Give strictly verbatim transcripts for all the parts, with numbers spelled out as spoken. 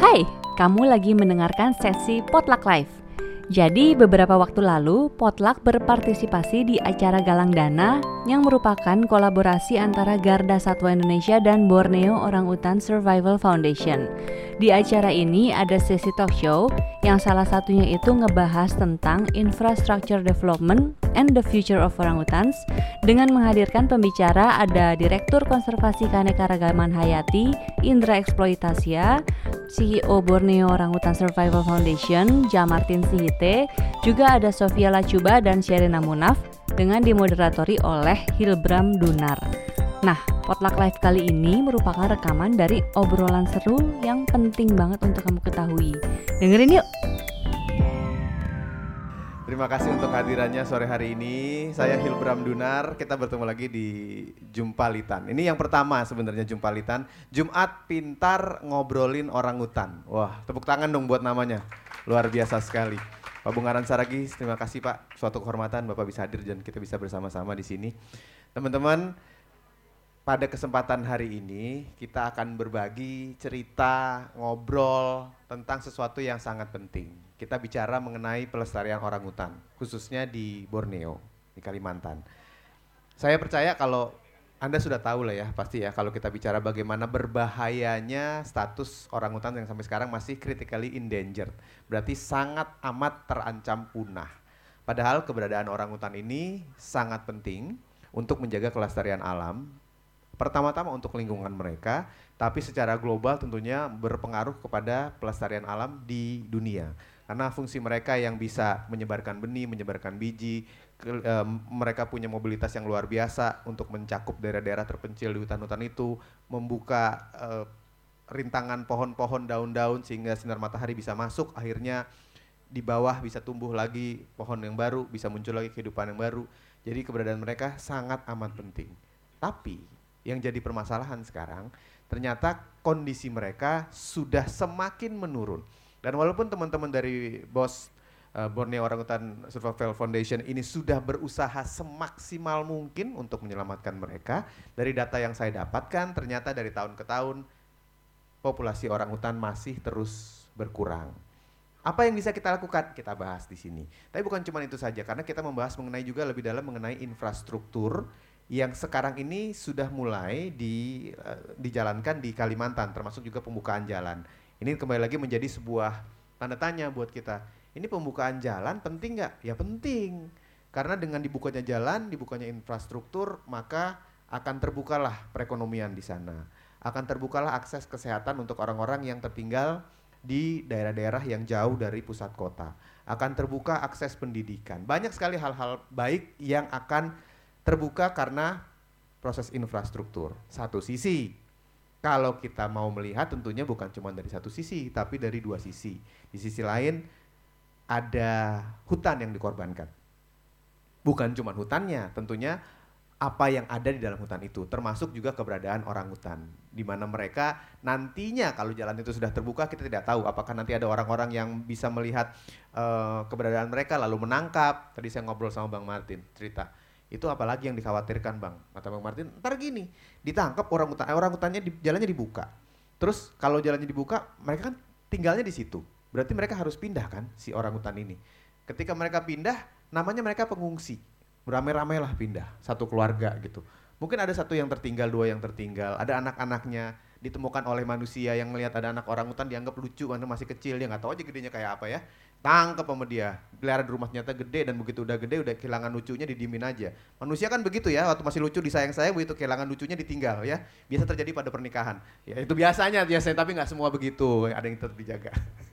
Hai, kamu lagi mendengarkan sesi Potluck Live. Jadi beberapa waktu lalu, Potluck berpartisipasi di acara Galang Dana yang merupakan kolaborasi antara Garda Satwa Indonesia dan Borneo Orangutan Survival Foundation. Di acara ini ada sesi talk show yang salah satunya itu ngebahas tentang infrastructure development and the future of orangutans dengan menghadirkan pembicara ada Direktur Konservasi Keanekaragaman Hayati Indra Eksploitasia, C E O Borneo Orangutan Survival Foundation, Jamartin Sihite, juga ada Sofia Lacuba dan Sherina Munaf dengan dimoderatori oleh Hilbram Dunar. Nah, Potluck Live kali ini merupakan rekaman dari obrolan seru yang penting banget untuk kamu ketahui. Dengerin yuk! Terima kasih untuk hadirannya sore hari ini. Saya Hilbram Dunar, kita bertemu lagi di Jumpalitan. Ini yang pertama sebenarnya Jumpalitan, Jumat Pintar Ngobrolin Orangutan. Wah, tepuk tangan dong buat namanya, luar biasa sekali. Pak Bungaran Saragih, terima kasih Pak, suatu kehormatan Bapak bisa hadir dan kita bisa bersama-sama di sini. Teman-teman, pada kesempatan hari ini kita akan berbagi cerita, ngobrol tentang sesuatu yang sangat penting. Kita bicara mengenai pelestarian orangutan, khususnya di Borneo, di Kalimantan. Saya percaya kalau Anda sudah tahu lah ya, pasti ya, kalau kita bicara bagaimana berbahayanya status orangutan yang sampai sekarang masih critically endangered. Berarti sangat amat terancam punah. Padahal keberadaan orangutan ini sangat penting untuk menjaga kelestarian alam. Pertama-tama untuk lingkungan mereka, tapi secara global tentunya berpengaruh kepada pelestarian alam di dunia. Karena fungsi mereka yang bisa menyebarkan benih, menyebarkan biji, ke, e, mereka punya mobilitas yang luar biasa untuk mencakup daerah-daerah terpencil di hutan-hutan itu, membuka e, rintangan pohon-pohon, daun-daun sehingga sinar matahari bisa masuk, akhirnya di bawah bisa tumbuh lagi pohon yang baru, bisa muncul lagi kehidupan yang baru. Jadi keberadaan mereka sangat amat penting. Tapi yang jadi permasalahan sekarang, ternyata kondisi mereka sudah semakin menurun. Dan walaupun teman-teman dari B O S uh, Borneo Orangutan Survival Foundation ini sudah berusaha semaksimal mungkin untuk menyelamatkan mereka, dari data yang saya dapatkan ternyata dari tahun ke tahun populasi orangutan masih terus berkurang. Apa yang bisa kita lakukan? Kita bahas di sini. Tapi bukan cuma itu saja, karena kita membahas mengenai juga lebih dalam mengenai infrastruktur yang sekarang ini sudah mulai di, uh, dijalankan di Kalimantan, termasuk juga pembukaan jalan. Ini kembali lagi menjadi sebuah tanda tanya buat kita. Ini pembukaan jalan penting nggak? Ya penting. Karena dengan dibukanya jalan, dibukanya infrastruktur, maka akan terbukalah perekonomian di sana. Akan terbukalah akses kesehatan untuk orang-orang yang tertinggal di daerah-daerah yang jauh dari pusat kota. Akan terbuka akses pendidikan. Banyak sekali hal-hal baik yang akan terbuka karena proses infrastruktur. Satu sisi, kalau kita mau melihat tentunya bukan cuma dari satu sisi, tapi dari dua sisi. Di sisi lain ada hutan yang dikorbankan. Bukan cuma hutannya, tentunya apa yang ada di dalam hutan itu, termasuk juga keberadaan orangutan. Di mana mereka nantinya kalau jalan itu sudah terbuka, kita tidak tahu apakah nanti ada orang-orang yang bisa melihat uh, keberadaan mereka lalu menangkap. Tadi saya ngobrol sama Bang Martin, cerita. Itu apalagi yang dikhawatirkan Bang, kata Bang Martin, ntar gini, ditangkap orangutan, eh, orangutannya di, jalannya dibuka. Terus kalau jalannya dibuka, mereka kan tinggalnya di situ. Berarti mereka harus pindah kan si orangutan ini. Ketika mereka pindah, namanya mereka pengungsi. Beramai-ramai lah pindah, satu keluarga gitu. Mungkin ada satu yang tertinggal, dua yang tertinggal, ada anak-anaknya ditemukan oleh manusia yang melihat ada anak orangutan dianggap lucu karena masih kecil, dia nggak tahu aja gedenya kayak apa ya. Tangkap sama dia, pelihara di rumah ternyata gede, dan begitu udah gede udah kehilangan lucunya, didiemin aja. Manusia kan begitu ya, waktu masih lucu disayang-sayang, begitu kehilangan lucunya ditinggal ya. Biasa terjadi pada pernikahan. Ya itu biasanya, biasanya tapi nggak semua begitu, ada yang tetap dijaga.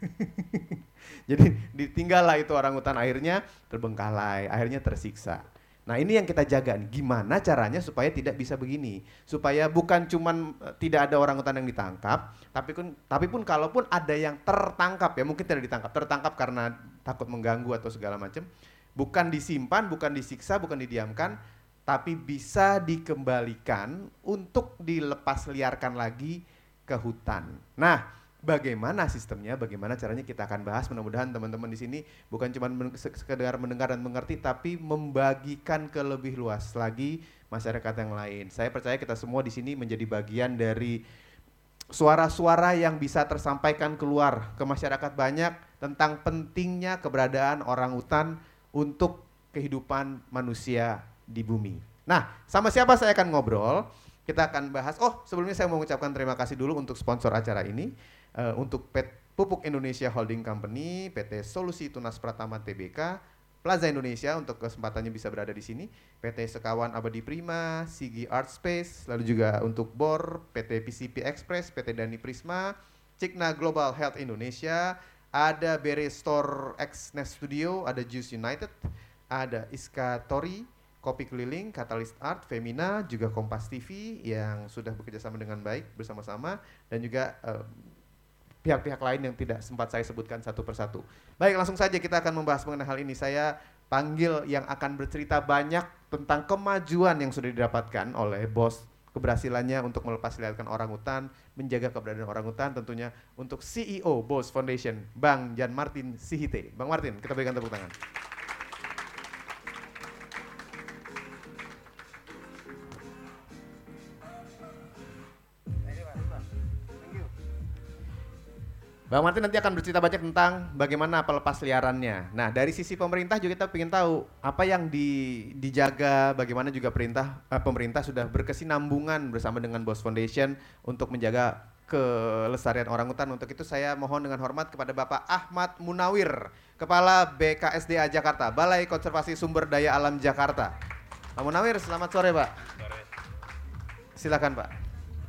Jadi ditinggal lah itu orangutan, akhirnya terbengkalai, akhirnya tersiksa. Nah ini yang kita jaga nih, gimana caranya supaya tidak bisa begini. Supaya bukan cuman tidak ada orangutan yang ditangkap, tapi pun, tapi pun kalaupun ada yang tertangkap ya, mungkin tidak ditangkap, tertangkap karena takut mengganggu atau segala macam, bukan disimpan, bukan disiksa, bukan didiamkan, tapi bisa dikembalikan untuk dilepas liarkan lagi ke hutan. Nah, bagaimana sistemnya, bagaimana caranya kita akan bahas. Mudah-mudahan teman-teman di sini bukan cuma men- sekedar mendengar dan mengerti, tapi membagikan ke lebih luas lagi masyarakat yang lain. Saya percaya kita semua di sini menjadi bagian dari suara-suara yang bisa tersampaikan keluar ke masyarakat banyak tentang pentingnya keberadaan orangutan untuk kehidupan manusia di bumi. Nah, sama siapa saya akan ngobrol? Kita akan bahas, oh sebelumnya saya mau mengucapkan terima kasih dulu untuk sponsor acara ini, uh, untuk P Pupuk Indonesia Holding Company, P T Solusi Tunas Pratama T B K, Plaza Indonesia untuk kesempatannya bisa berada di sini, P T Sekawan Abadi Prima, Sigi Art Space, lalu juga untuk B O R, P T P C P Express, P T Dani Prisma, Cigna Global Health Indonesia, ada Bere Store X Nest Studio, ada Juice United, ada Iska Tori, Kopi Keliling, Catalyst Art, Femina, juga Kompas T V yang sudah bekerjasama dengan baik bersama-sama, dan juga uh, pihak-pihak lain yang tidak sempat saya sebutkan satu persatu. Baik, langsung saja kita akan membahas mengenai hal ini. Saya panggil yang akan bercerita banyak tentang kemajuan yang sudah didapatkan oleh bos, keberhasilannya untuk melepas liarkan orangutan, menjaga keberadaan orangutan, tentunya untuk C E O Bose Foundation, Bang Jan Martin Sihite. Bang Martin, kita berikan tepuk tangan. Bang Martin nanti akan bercerita banyak tentang bagaimana pelepas liarannya. Nah, dari sisi pemerintah juga kita ingin tahu apa yang di, dijaga, bagaimana juga perintah eh, pemerintah sudah berkesinambungan bersama dengan Bose Foundation untuk menjaga kelestarian orangutan. Untuk itu saya mohon dengan hormat kepada Bapak Ahmad Munawir, Kepala B K S D A Jakarta, Balai Konservasi Sumber Daya Alam Jakarta. Pak Munawir, selamat sore Pak. Sore. Silakan Pak.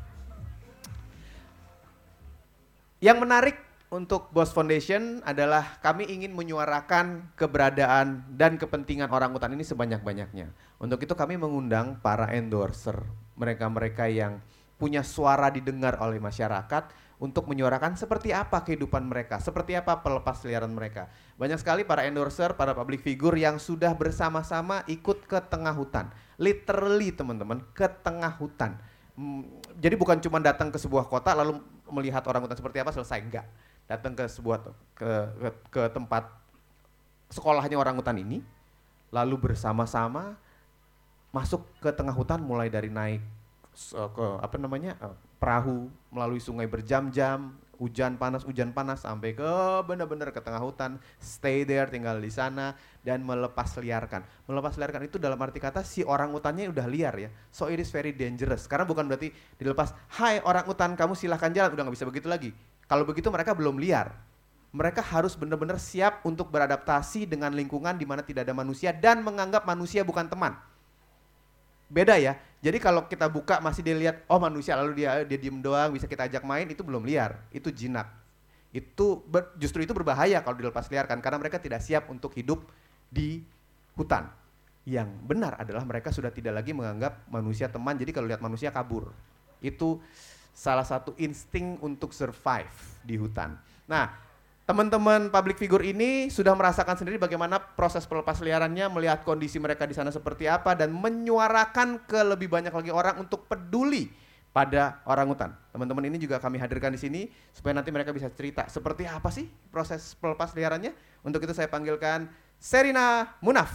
Yang menarik untuk Bose Foundation adalah kami ingin menyuarakan keberadaan dan kepentingan orangutan ini sebanyak-banyaknya. Untuk itu kami mengundang para endorser, mereka-mereka yang punya suara didengar oleh masyarakat untuk menyuarakan seperti apa kehidupan mereka, seperti apa pelepas liaran mereka. Banyak sekali para endorser, para public figure yang sudah bersama-sama ikut ke tengah hutan. Literally teman-teman, ke tengah hutan. Hmm, jadi bukan cuma datang ke sebuah kota lalu melihat orangutan seperti apa selesai, enggak. Datang ke sebuah ke, ke ke tempat sekolahnya orangutan ini, lalu bersama-sama masuk ke tengah hutan, mulai dari naik uh, ke apa namanya uh, perahu melalui sungai berjam-jam, hujan panas hujan panas sampai ke benar-benar ke tengah hutan, stay there, tinggal di sana dan melepas liarkan. Melepas liarkan itu dalam arti kata si orangutannya udah liar ya, so it is very dangerous. Karena bukan berarti dilepas, hai orangutan kamu silahkan jalan, udah nggak bisa begitu lagi. Kalau begitu mereka belum liar. Mereka harus benar-benar siap untuk beradaptasi dengan lingkungan di mana tidak ada manusia dan menganggap manusia bukan teman. Beda ya. Jadi kalau kita buka masih dilihat oh manusia lalu dia dia diem doang bisa kita ajak main, itu belum liar, itu jinak. Itu ber, justru itu berbahaya kalau dilepas liarkan karena mereka tidak siap untuk hidup di hutan. Yang benar adalah mereka sudah tidak lagi menganggap manusia teman. Jadi kalau lihat manusia kabur. Itu salah satu insting untuk survive di hutan. Nah, teman-teman public figure ini sudah merasakan sendiri bagaimana proses pelepas liarannya, melihat kondisi mereka di sana seperti apa, dan menyuarakan ke lebih banyak lagi orang untuk peduli pada orangutan. Teman-teman ini juga kami hadirkan di sini supaya nanti mereka bisa cerita seperti apa sih proses pelepas liarannya. Untuk itu saya panggilkan Sherina Munaf.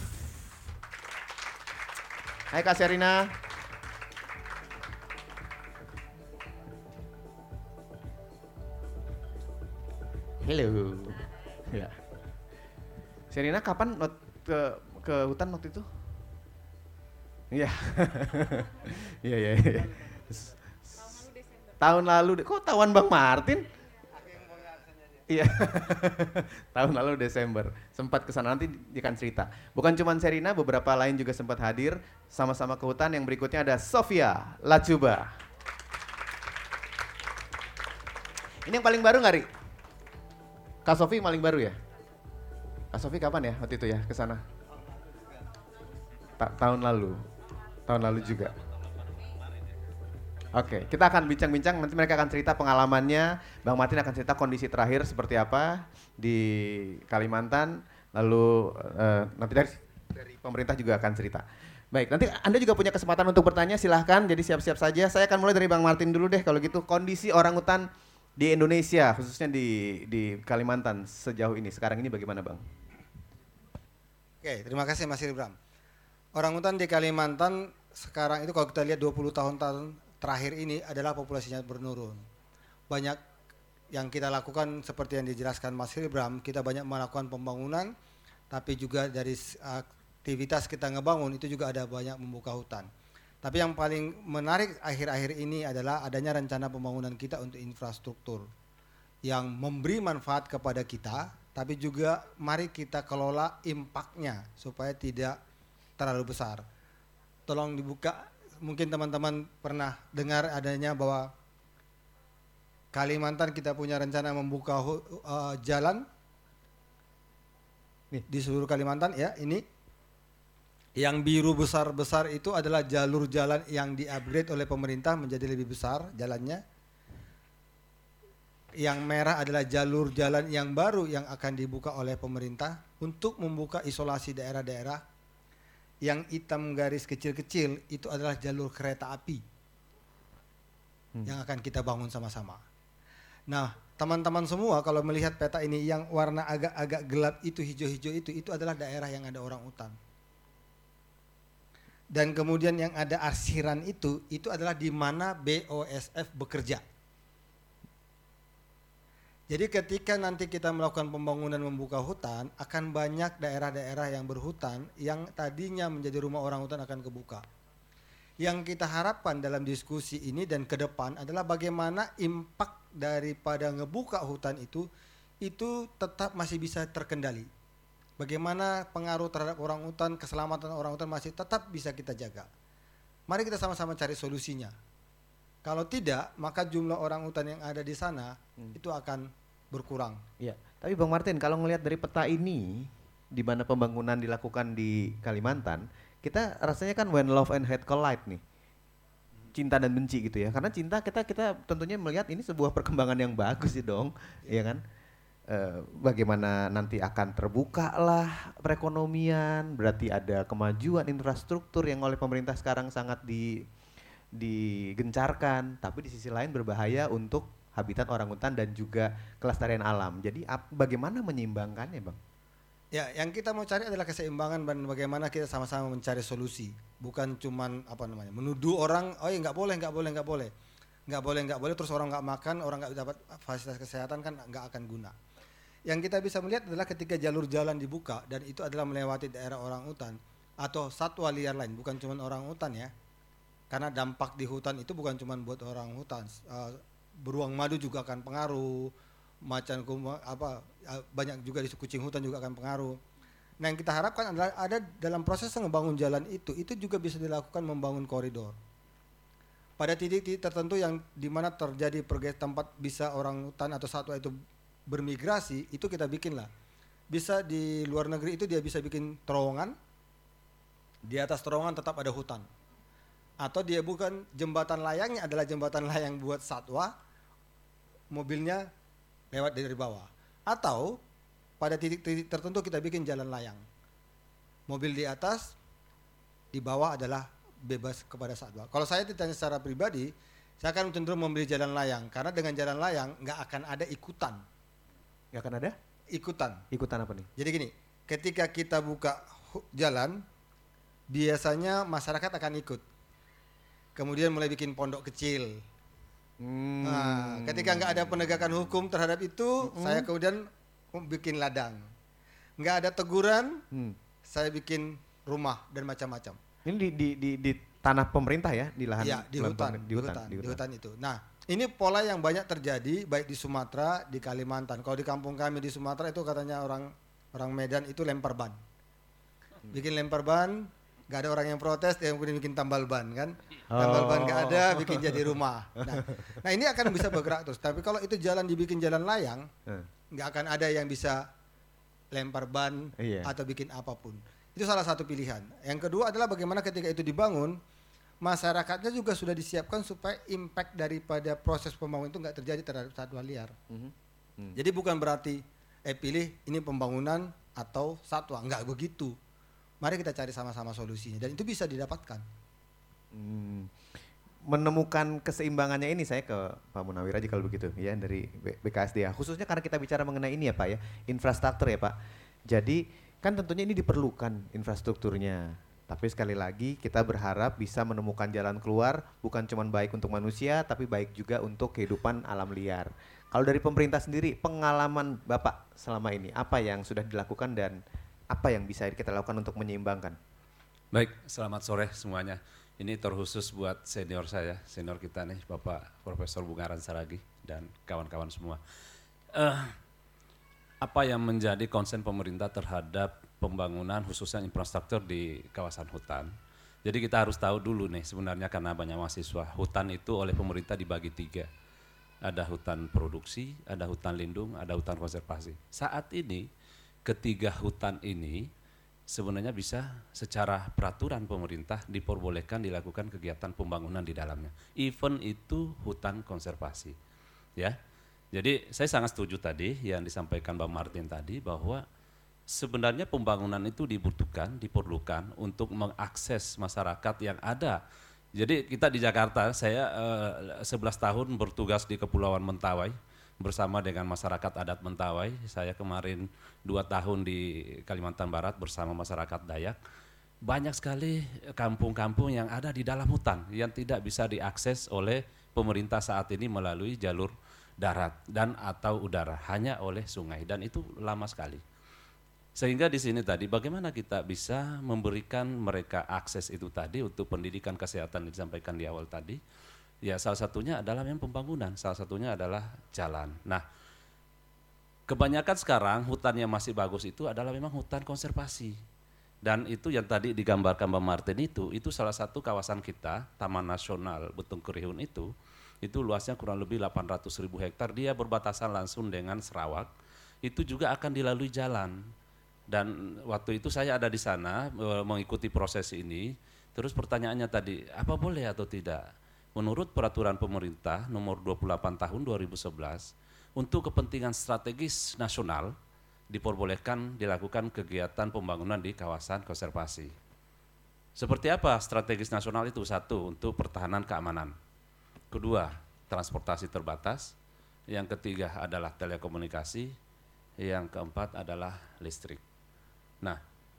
Hai Kak Sherina. Halo. Ya. Sherina kapan not ke ke hutan waktu itu? Iya. Iya iya iya. Tahun lalu Desember. Kok tahuan Bang Martin? Iya. Tahun lalu Desember. Sempat ke sana, nanti dia akan cerita. Bukan cuma Sherina, beberapa lain juga sempat hadir sama-sama ke hutan. Yang berikutnya ada Sofia Lacuba. Ini yang paling baru nggak, Ri? Kak Sofi paling baru ya? Kak Sofi kapan ya waktu itu ya ke sana? Ta- tahun lalu. Tahun lalu juga. Oke, kita akan bincang-bincang, nanti mereka akan cerita pengalamannya. Bang Martin akan cerita kondisi terakhir seperti apa di Kalimantan. Lalu uh, nanti dari, dari pemerintah juga akan cerita. Baik, nanti Anda juga punya kesempatan untuk bertanya, silahkan. Jadi siap-siap saja. Saya akan mulai dari Bang Martin dulu deh kalau gitu. Kondisi orangutan di Indonesia, khususnya di di Kalimantan sejauh ini, sekarang ini bagaimana Bang? Oke, terima kasih Mas Hilbram. Orangutan di Kalimantan sekarang itu kalau kita lihat dua puluh tahun tahun terakhir ini adalah populasinya menurun. banyak yang kita lakukan seperti yang dijelaskan Mas Hilbram, kita banyak melakukan pembangunan, tapi juga dari aktivitas kita ngebangun itu juga ada banyak membuka hutan. Tapi yang paling menarik akhir-akhir ini adalah adanya rencana pembangunan kita untuk infrastruktur yang memberi manfaat kepada kita, tapi juga mari kita kelola impaknya supaya tidak terlalu besar. Tolong dibuka, mungkin teman-teman pernah dengar adanya bahwa Kalimantan kita punya rencana membuka uh, jalan nih di seluruh Kalimantan ya. Ini yang biru besar-besar itu adalah jalur jalan yang di-upgrade oleh pemerintah menjadi lebih besar jalannya. Yang merah adalah jalur jalan yang baru yang akan dibuka oleh pemerintah untuk membuka isolasi daerah-daerah. Yang hitam garis kecil-kecil itu adalah jalur kereta api hmm. yang akan kita bangun sama-sama. Nah, teman-teman semua kalau melihat peta ini yang warna agak-agak gelap itu, hijau-hijau itu, itu adalah daerah yang ada orang hutan. Dan kemudian yang ada arsiran itu, itu adalah di mana B O S F bekerja. Jadi ketika nanti kita melakukan pembangunan membuka hutan, akan banyak daerah-daerah yang berhutan yang tadinya menjadi rumah orang hutan akan kebuka. Yang kita harapkan dalam diskusi ini dan ke depan adalah bagaimana impak daripada ngebuka hutan itu, itu tetap masih bisa terkendali. Bagaimana pengaruh terhadap orang hutan, keselamatan orang hutan masih tetap bisa kita jaga. Mari kita sama-sama cari solusinya. Kalau tidak, maka jumlah orang hutan yang ada di sana hmm. itu akan berkurang. Ya, tapi Bang Martin, kalau ngelihat dari peta ini, di mana pembangunan dilakukan di Kalimantan, kita rasanya kan when love and hate collide nih, cinta dan benci gitu ya. Karena cinta kita kita tentunya melihat ini sebuah perkembangan yang bagus sih dong, ya, ya kan? Uh, bagaimana nanti akan terbuka lah perekonomian, berarti ada kemajuan infrastruktur yang oleh pemerintah sekarang sangat di, digencarkan, tapi di sisi lain berbahaya untuk habitat orangutan dan juga kelestarian alam. Jadi ap, bagaimana menyeimbangkannya, Bang? Ya, yang kita mau cari adalah keseimbangan dan bagaimana kita sama-sama mencari solusi, bukan cuman apa namanya menuduh orang, oh ya nggak boleh, nggak boleh, nggak boleh, nggak boleh, nggak boleh, terus orang nggak makan, orang nggak dapat fasilitas kesehatan kan nggak akan guna. Yang kita bisa melihat adalah ketika jalur jalan dibuka dan itu adalah melewati daerah orang hutan atau satwa liar lain, bukan cuma orang hutan ya. Karena dampak di hutan itu bukan cuma buat orang hutan, uh, beruang madu juga akan pengaruh, macan kuma, apa banyak juga di kucing hutan juga akan pengaruh. Nah, yang kita harapkan adalah ada dalam proses ngebangun jalan itu, itu juga bisa dilakukan membangun koridor. Pada titik-titik tertentu yang dimana terjadi pergeseran tempat bisa orang hutan atau satwa itu bermigrasi, itu kita bikin lah. Bisa di luar negeri itu dia bisa bikin terowongan, di atas terowongan tetap ada hutan. Atau dia bukan jembatan layangnya adalah jembatan layang buat satwa, mobilnya lewat dari bawah. Atau pada titik-titik tertentu kita bikin jalan layang. Mobil di atas, di bawah adalah bebas kepada satwa. Kalau saya ditanya secara pribadi, saya akan cenderung membeli jalan layang. Karena dengan jalan layang nggak akan ada ikutan. Nggak akan ada? Ikutan. Ikutan apa nih? Jadi gini, ketika kita buka jalan, biasanya masyarakat akan ikut. Kemudian mulai bikin pondok kecil. Hmm. Nah, ketika nggak ada penegakan hukum terhadap itu, hmm. saya kemudian bikin ladang. Nggak ada teguran, hmm. saya bikin rumah dan macam-macam. Ini di, di, di, di tanah pemerintah ya, di lahan? Iya, di hutan, di hutan, di hutan, di hutan itu. Nah, ini pola yang banyak terjadi baik di Sumatera, di Kalimantan. Kalau di kampung kami di Sumatera itu katanya orang orang Medan itu lempar ban. Bikin lempar ban, nggak ada orang yang protes, dia kemudian bikin tambal ban kan. Tambal ban nggak ada, bikin jadi rumah. Nah, nah ini akan bisa bergerak terus. Tapi kalau itu jalan dibikin jalan layang, nggak akan ada yang bisa lempar ban iya. atau bikin apapun. Itu salah satu pilihan. Yang kedua adalah bagaimana ketika itu dibangun, masyarakatnya juga sudah disiapkan supaya impact daripada proses pembangunan itu nggak terjadi terhadap satwa liar. Mm-hmm. Mm. Jadi bukan berarti eh pilih ini pembangunan atau satwa, nggak begitu. Mari kita cari sama-sama solusinya dan itu bisa didapatkan. Hmm. Menemukan keseimbangannya ini saya ke Pak Munawir aja kalau begitu ya dari B K S D A. Khususnya karena kita bicara mengenai ini ya Pak ya, infrastruktur ya Pak. Jadi kan tentunya ini diperlukan infrastrukturnya. Tapi sekali lagi kita berharap bisa menemukan jalan keluar bukan cuma baik untuk manusia tapi baik juga untuk kehidupan alam liar. Kalau dari pemerintah sendiri, pengalaman Bapak selama ini apa yang sudah dilakukan dan apa yang bisa kita lakukan untuk menyeimbangkan? Baik, selamat sore semuanya. Ini terkhusus buat senior saya, senior kita nih Bapak Profesor Bungaran Saragi dan kawan-kawan semua. Uh, apa yang menjadi konsen pemerintah terhadap pembangunan khususnya infrastruktur di kawasan hutan. Jadi kita harus tahu dulu nih sebenarnya karena banyak mahasiswa, hutan itu oleh pemerintah dibagi tiga. Ada hutan produksi, ada hutan lindung, ada hutan konservasi. Saat ini ketiga hutan ini sebenarnya bisa secara peraturan pemerintah diperbolehkan dilakukan kegiatan pembangunan di dalamnya. Even itu hutan konservasi. Ya. Jadi saya sangat setuju tadi yang disampaikan Bang Martin tadi bahwa sebenarnya pembangunan itu dibutuhkan, diperlukan untuk mengakses masyarakat yang ada. Jadi kita di Jakarta, saya eh, sebelas tahun bertugas di Kepulauan Mentawai bersama dengan masyarakat adat Mentawai. Saya kemarin dua tahun di Kalimantan Barat bersama masyarakat Dayak. Banyak sekali kampung-kampung yang ada di dalam hutan yang tidak bisa diakses oleh pemerintah saat ini melalui jalur darat dan atau udara, hanya oleh sungai, dan itu lama sekali. Sehingga di sini tadi bagaimana kita bisa memberikan mereka akses itu tadi untuk pendidikan kesehatan yang disampaikan di awal tadi. Ya salah satunya adalah yang pembangunan, salah satunya adalah jalan. Nah kebanyakan sekarang hutan yang masih bagus itu adalah memang hutan konservasi. Dan itu yang tadi digambarkan Bang Martin itu, itu salah satu kawasan kita, Taman Nasional Betung Kerihun itu, itu luasnya kurang lebih delapan ratus ribu hektar, dia berbatasan langsung dengan Sarawak, itu juga akan dilalui jalan. Dan waktu itu saya ada di sana e, mengikuti proses ini. Terus pertanyaannya tadi, apa boleh atau tidak? Menurut peraturan pemerintah nomor dua puluh delapan tahun dua ribu sebelas, untuk kepentingan strategis nasional diperbolehkan dilakukan kegiatan pembangunan di kawasan konservasi. Seperti apa strategis nasional itu? Satu, untuk pertahanan keamanan. Kedua, transportasi terbatas. Yang ketiga adalah telekomunikasi. Yang keempat adalah listrik. Nah,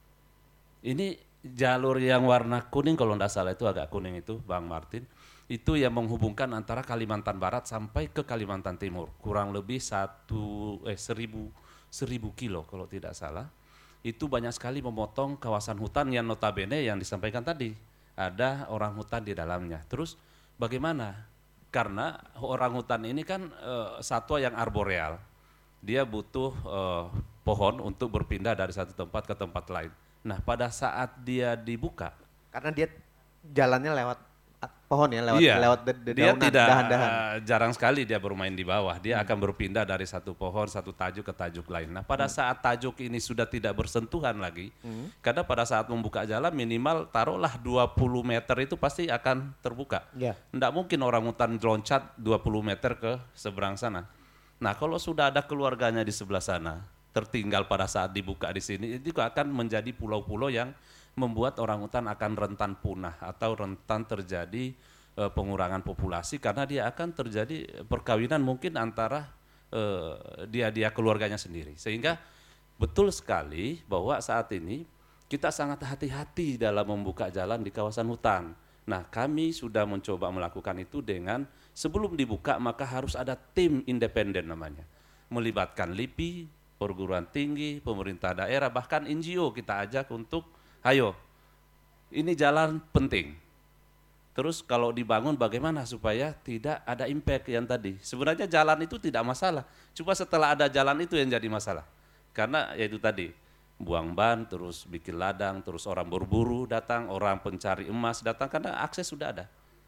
ini jalur yang warna kuning, kalau tidak salah itu agak kuning itu, Bang Martin, itu yang menghubungkan antara Kalimantan Barat sampai ke Kalimantan Timur, kurang lebih satu eh seribu seribu kilo kalau tidak salah. Itu banyak sekali memotong kawasan hutan yang notabene yang disampaikan tadi ada orang hutan di dalamnya. Terus bagaimana? Karena orang hutan ini kan e, satwa yang arboreal, dia butuh e, pohon untuk berpindah dari satu tempat ke tempat lain. Nah pada saat dia dibuka, karena dia jalannya lewat pohon ya, lewat iya, lewat dia tidak dahan-dahan. Uh, jarang sekali dia bermain di bawah. Dia hmm. akan berpindah dari satu pohon, satu tajuk ke tajuk lain. Nah pada hmm. saat tajuk ini sudah tidak bersentuhan lagi, hmm. karena pada saat membuka jalan minimal taruhlah dua puluh meter itu pasti akan terbuka. Yeah. Nggak mungkin orang hutan loncat dua puluh meter ke seberang sana. Nah kalau sudah ada keluarganya di sebelah sana, tertinggal pada saat dibuka di sini, itu akan menjadi pulau-pulau yang membuat orang hutan akan rentan punah atau rentan terjadi e, pengurangan populasi karena dia akan terjadi perkawinan mungkin antara e, dia-dia keluarganya sendiri. Sehingga betul sekali bahwa saat ini kita sangat hati-hati dalam membuka jalan di kawasan hutan. Nah kami sudah mencoba melakukan itu dengan sebelum dibuka maka harus ada tim independen namanya. Melibatkan LIPI, perguruan tinggi, pemerintah daerah, bahkan N G O kita ajak untuk ayo, ini jalan penting. Terus kalau dibangun bagaimana supaya tidak ada impact yang tadi. Sebenarnya jalan itu tidak masalah, cuma setelah ada jalan itu yang jadi masalah. Karena ya itu tadi, buang ban, terus bikin ladang, terus orang berburu datang, orang pencari emas datang, karena akses sudah ada.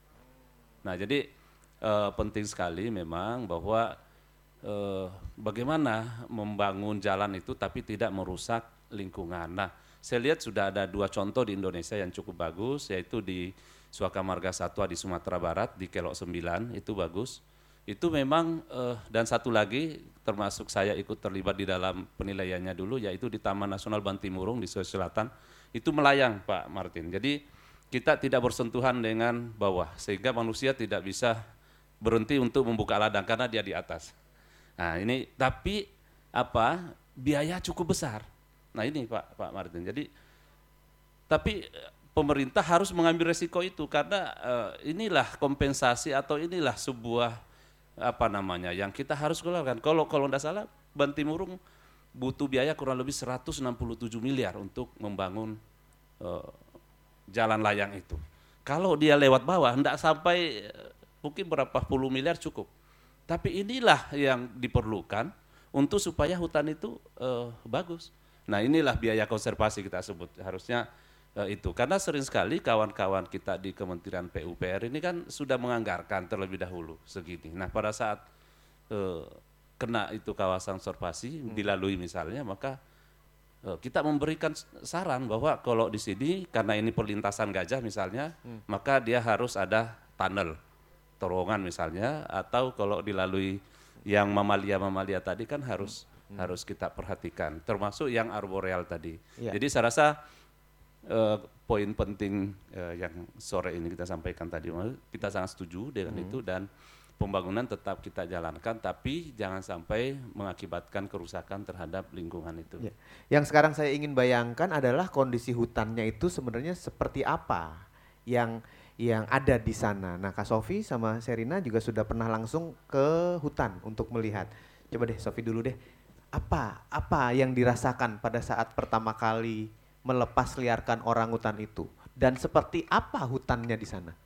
Nah jadi eh, penting sekali memang bahwa eh, bagaimana membangun jalan itu tapi tidak merusak lingkungan. Nah saya lihat sudah ada dua contoh di Indonesia yang cukup bagus, yaitu di Suaka Marga Satwa di Sumatera Barat, di Kelok sembilan, itu bagus. Itu memang, eh, dan satu lagi termasuk saya ikut terlibat di dalam penilaiannya dulu, yaitu di Taman Nasional Bantimurung di Sulawesi Selatan, itu melayang Pak Martin. Jadi kita tidak bersentuhan dengan bawah, sehingga manusia tidak bisa berhenti untuk membuka ladang karena dia di atas. Nah ini, tapi apa, biaya cukup besar. Nah ini Pak Pak Martin. Jadi tapi pemerintah harus mengambil resiko itu karena uh, inilah kompensasi atau inilah sebuah apa namanya yang kita harus keluarkan. Kalau kalau tidak salah Bantimurung butuh biaya kurang lebih seratus enam puluh tujuh miliar untuk membangun uh, jalan layang itu. Kalau dia lewat bawah tidak sampai uh, mungkin berapa puluh miliar cukup. Tapi inilah yang diperlukan untuk supaya hutan itu uh, bagus. Nah inilah biaya konservasi kita sebut harusnya uh, itu. Karena sering sekali kawan-kawan kita di Kementerian P U P R ini kan sudah menganggarkan terlebih dahulu segini. Nah pada saat uh, kena itu kawasan konservasi hmm. dilalui misalnya, maka uh, kita memberikan saran bahwa kalau di sini karena ini perlintasan gajah misalnya, hmm. maka dia harus ada tunnel, terowongan misalnya, atau kalau dilalui yang mamalia-mamalia tadi kan harus Hmm. harus kita perhatikan, termasuk yang arboreal tadi. Ya. Jadi saya rasa uh, poin penting uh, yang sore ini kita sampaikan tadi, kita sangat setuju dengan hmm. itu dan pembangunan tetap kita jalankan, tapi jangan sampai mengakibatkan kerusakan terhadap lingkungan itu. Ya. Yang sekarang saya ingin bayangkan adalah kondisi hutannya itu sebenarnya seperti apa yang yang ada di sana. Nah, Kak Sofi sama Sherina juga sudah pernah langsung ke hutan untuk melihat. Coba deh Sofi dulu deh. Apa apa yang dirasakan pada saat pertama kali melepas liarkan orangutan itu dan seperti apa hutannya di sana?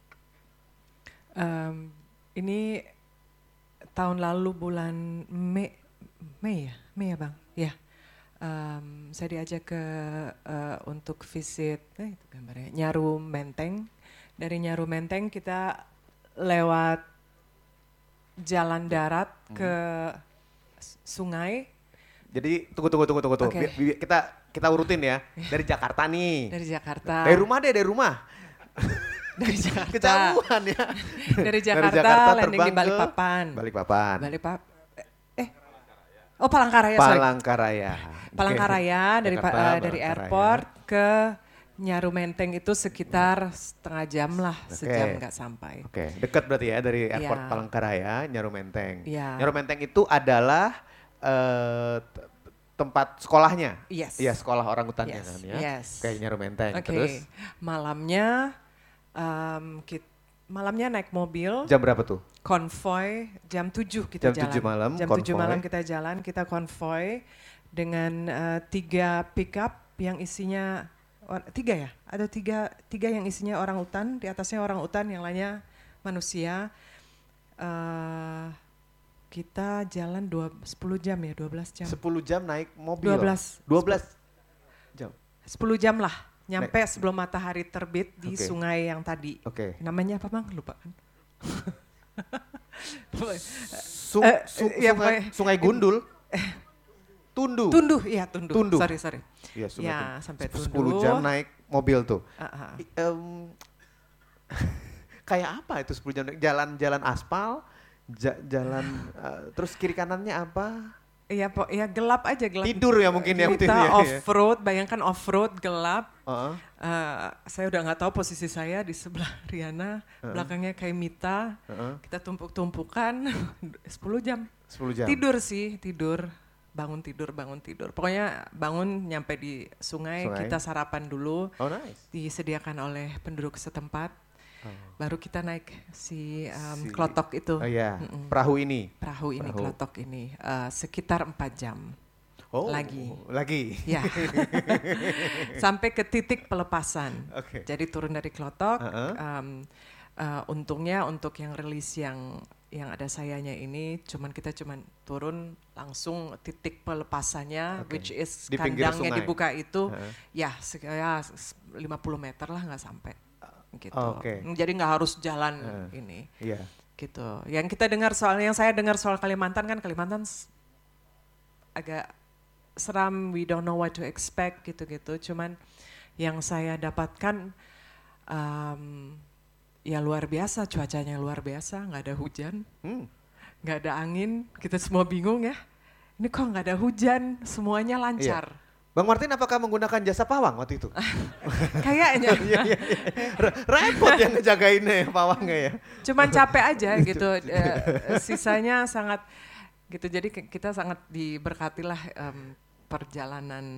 Um, ini tahun lalu bulan Mei, Mei ya, Mei ya bang, ya. Um, saya diajak ke uh, untuk visit, eh, itu gambarnya Nyaru Menteng. Dari Nyaru Menteng kita lewat jalan darat hmm. ke sungai. Jadi tunggu tunggu tunggu tunggu tunggu. Okay. Kita kita urutin ya. Dari Jakarta nih. Dari Jakarta. Dari rumah deh, dari rumah. Dari Jakarta. Kejauhan ya. Dari Jakarta, dari Jakarta landing di Balikpapan. Balikpapan. Balikpapan. Eh. Oh, Palangkaraya, sorry. Palangkaraya. Palangkaraya okay. dari Jakarta, uh, dari airport ke Nyaru Menteng itu sekitar setengah jam lah, okay. sejam nggak sampai. Oke, okay. Dekat berarti ya dari airport yeah. Palangkaraya, Nyaru Menteng. Yeah. Nyaru Menteng itu adalah Uh, tempat sekolahnya, yes. Iya sekolah orangutannya yes. kan ya, yes. kayak Nyaru Menteng. Okay. Terus malamnya, um, kita, malamnya naik mobil. Jam berapa tuh? Konvoy jam tujuh kita jam jalan. tujuh malam. Jam tujuh malam kita jalan, kita konvoy dengan uh, tiga pickup yang isinya or, tiga ya, ada tiga tiga yang isinya orang utan, di atasnya orang utan, yang lainnya manusia. Uh, Kita jalan dua, sepuluh jam ya, dua belas jam. sepuluh jam naik mobil? dua belas. dua belas jam? sepuluh jam lah, nyampe naik. Sebelum matahari terbit di okay. sungai yang tadi. Oke. Okay. Namanya apa bang? Lupa kan? Sung, uh, su, ya, sungai, sungai Gundul? Tundu? Tundu, iya Tundu. Tundu. Sorry, sorry. Ya, ya sampai Tundu. sepuluh jam naik mobil tuh. Uh-huh. Um, kayak apa itu sepuluh jam? Jalan-jalan aspal? Ja, jalan uh, terus kiri kanannya apa? Iya, po, ya gelap aja, gelap. Tidur ya mungkin ya. Kita ya, off road, bayangkan off road gelap. Uh-huh. Uh, saya udah nggak tahu posisi saya di sebelah Riana, uh-huh. belakangnya kayak Mita. Uh-huh. Kita tumpuk-tumpukan sepuluh jam. sepuluh jam. Tidur sih, tidur. Bangun tidur, bangun tidur. Pokoknya bangun nyampe di sungai, sungai. Kita sarapan dulu. Oh, nice. Disediakan oleh penduduk setempat. Oh. Baru kita naik si, um, si klotok itu. Oh iya, mm-mm. perahu ini. Perahu ini, perahu. Klotok ini. Uh, sekitar empat jam. Oh, lagi. Lagi? Ya. Sampai ke titik pelepasan. Okay. Jadi turun dari klotok. Uh-huh. Um, uh, untungnya untuk yang rilis yang yang ada sayanya ini, cuman kita cuman turun langsung titik pelepasannya, okay. which is di kandangnya dibuka itu, uh-huh. ya sekitar lima puluh meter lah nggak sampai. Gitu. Okay. Jadi nggak harus jalan uh, ini. Yeah. Gitu. Yang kita dengar soal, yang saya dengar soal Kalimantan kan, Kalimantan agak seram, we don't know what to expect gitu-gitu. Cuman yang saya dapatkan um, ya luar biasa, cuacanya luar biasa, nggak ada hujan, nggak hmm. ada angin, kita semua bingung ya. Ini kok nggak ada hujan, semuanya lancar. Yeah. Bang Martin apakah menggunakan jasa pawang waktu itu? Kayaknya. Iya, iya, iya. Repot yang ngejagainnya ya pawangnya ya. Cuman capek aja gitu. Uh, sisanya sangat gitu. Jadi kita sangat diberkatilah um, perjalanan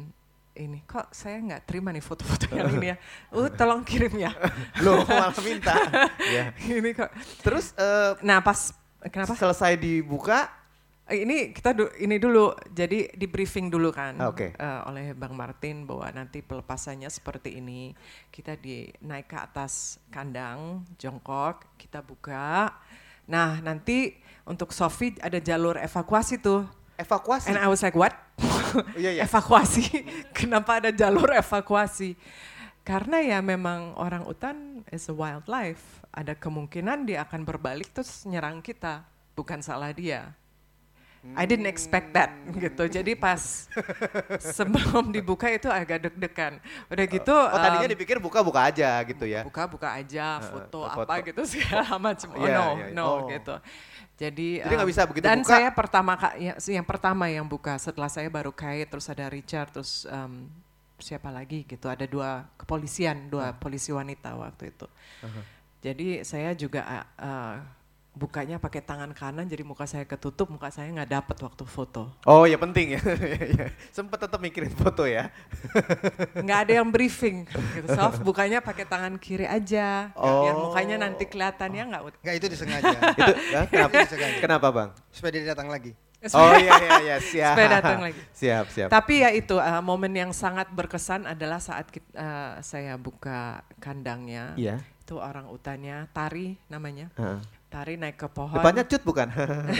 ini kok saya nggak terima nih foto-foto yang ini ya. Uh, tolong kirim ya. Loh, malah minta. Ya. Ini kok. Terus uh, Nah pas kenapa? selesai dibuka, Ini kita du- ini dulu, jadi di briefing dulu kan Ah, oke. eh, oleh Bang Martin bahwa nanti pelepasannya seperti ini. Kita di naik ke atas kandang, jongkok, kita buka. Nah nanti untuk Sophie ada jalur evakuasi tuh. evakuasi. And I was like what? Iya, iya. Evakuasi? Kenapa ada jalur evakuasi? Karena ya memang orang utan is a wildlife. Ada kemungkinan dia akan berbalik terus nyerang kita. Bukan salah dia. I didn't expect that gitu. Jadi pas sebelum dibuka itu agak deg-degan. Udah gitu. Oh, tadinya um, dipikir buka-buka aja gitu ya. buka-buka aja, foto uh, apa foto. gitu segala macam. Oh Iya, no, iya, iya. no Oh. gitu. Jadi, Jadi nggak um, bisa begitu dan buka. saya pertama ka- ya, yang pertama yang buka setelah saya baru Kate, terus ada Richard, terus um, siapa lagi gitu. Ada dua kepolisian, dua polisi wanita waktu itu. Uh-huh. Jadi saya juga uh, bukanya pakai tangan kanan, jadi muka saya ketutup, muka saya nggak dapet waktu foto. Oh ya penting ya. Sempet tetap mikirin foto ya. Nggak ada yang briefing gitu. Sof bukanya pakai tangan kiri aja, Oh. biar mukanya nanti kelihatan ya nggak. Enggak, itu disengaja. Itu ya, kenapa? Itu disengaja. Kenapa bang? Supaya dia datang lagi. Oh iya iya iya siap. Supaya datang lagi. Siap siap. Tapi ya itu uh, momen yang sangat berkesan adalah saat kita, uh, saya buka kandangnya. Iya. Itu orang utannya Tari namanya. Heeh. Tari naik ke pohon. Depannya cut bukan?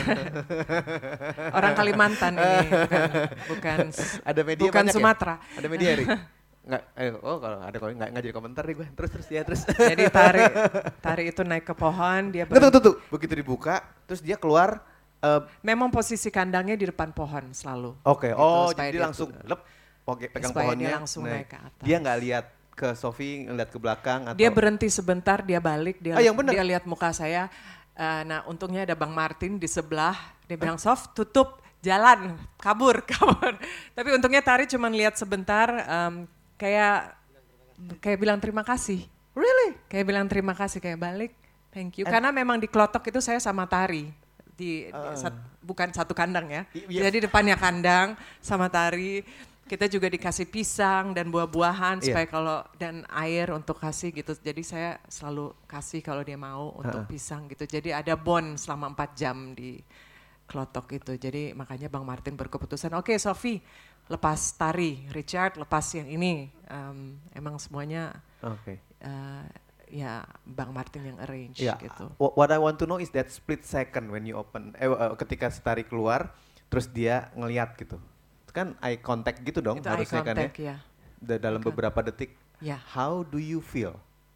Orang Kalimantan ini, bukan, bukan Ada media bukan banyak ya? Sumatera. Ada media Ri? Nggak, eh, oh kalau ada kalau nggak nggak jadi komentar nih gue. Terus terus ya terus. Jadi Tari, Tari itu naik ke pohon, dia Tunggu, ber- tunggu, tunggu. Begitu dibuka, terus dia keluar. eh, memang posisi kandangnya di depan pohon selalu. Oke, Gitu, oh supaya jadi dia langsung tuh- lep, oke pegang supaya dia pohonnya. langsung naik ke atas. Dia nggak lihat ke Sophie, ngeliat ke belakang atau? Dia berhenti sebentar, dia balik, dia Ah, yang bener. dia lihat muka saya. Uh, nah untungnya ada Bang Martin di sebelah, dia bilang Sof tutup jalan, kabur, kabur. Tapi untungnya Tari cuma lihat sebentar, um, kayak kayak bilang terima kasih. Really? Kayak bilang terima kasih, kayak balik, thank you. Karena memang di Klotok itu saya sama Tari, di, di sat- bukan satu kandang ya. I- iya. Jadi depannya kandang sama Tari. Kita juga dikasih pisang dan buah-buahan Iya. supaya kalau dan air untuk kasih gitu. Jadi saya selalu kasih kalau dia mau untuk pisang gitu. Jadi ada bond selama empat jam di Klotok itu. Jadi makanya Bang Martin berkeputusan, oke Sophie lepas Tari, Richard lepas yang ini. Um, emang semuanya Oke. uh, ya Bang Martin yang arrange Ya, gitu. wh- what I want to know is that split second when you open, eh, uh, ketika Setari keluar, terus dia ngeliat gitu. Itu kan eye contact gitu dong Itu eye harusnya kan ya. contact ya. Da- dalam Bukan. beberapa detik. Ya. How do you feel?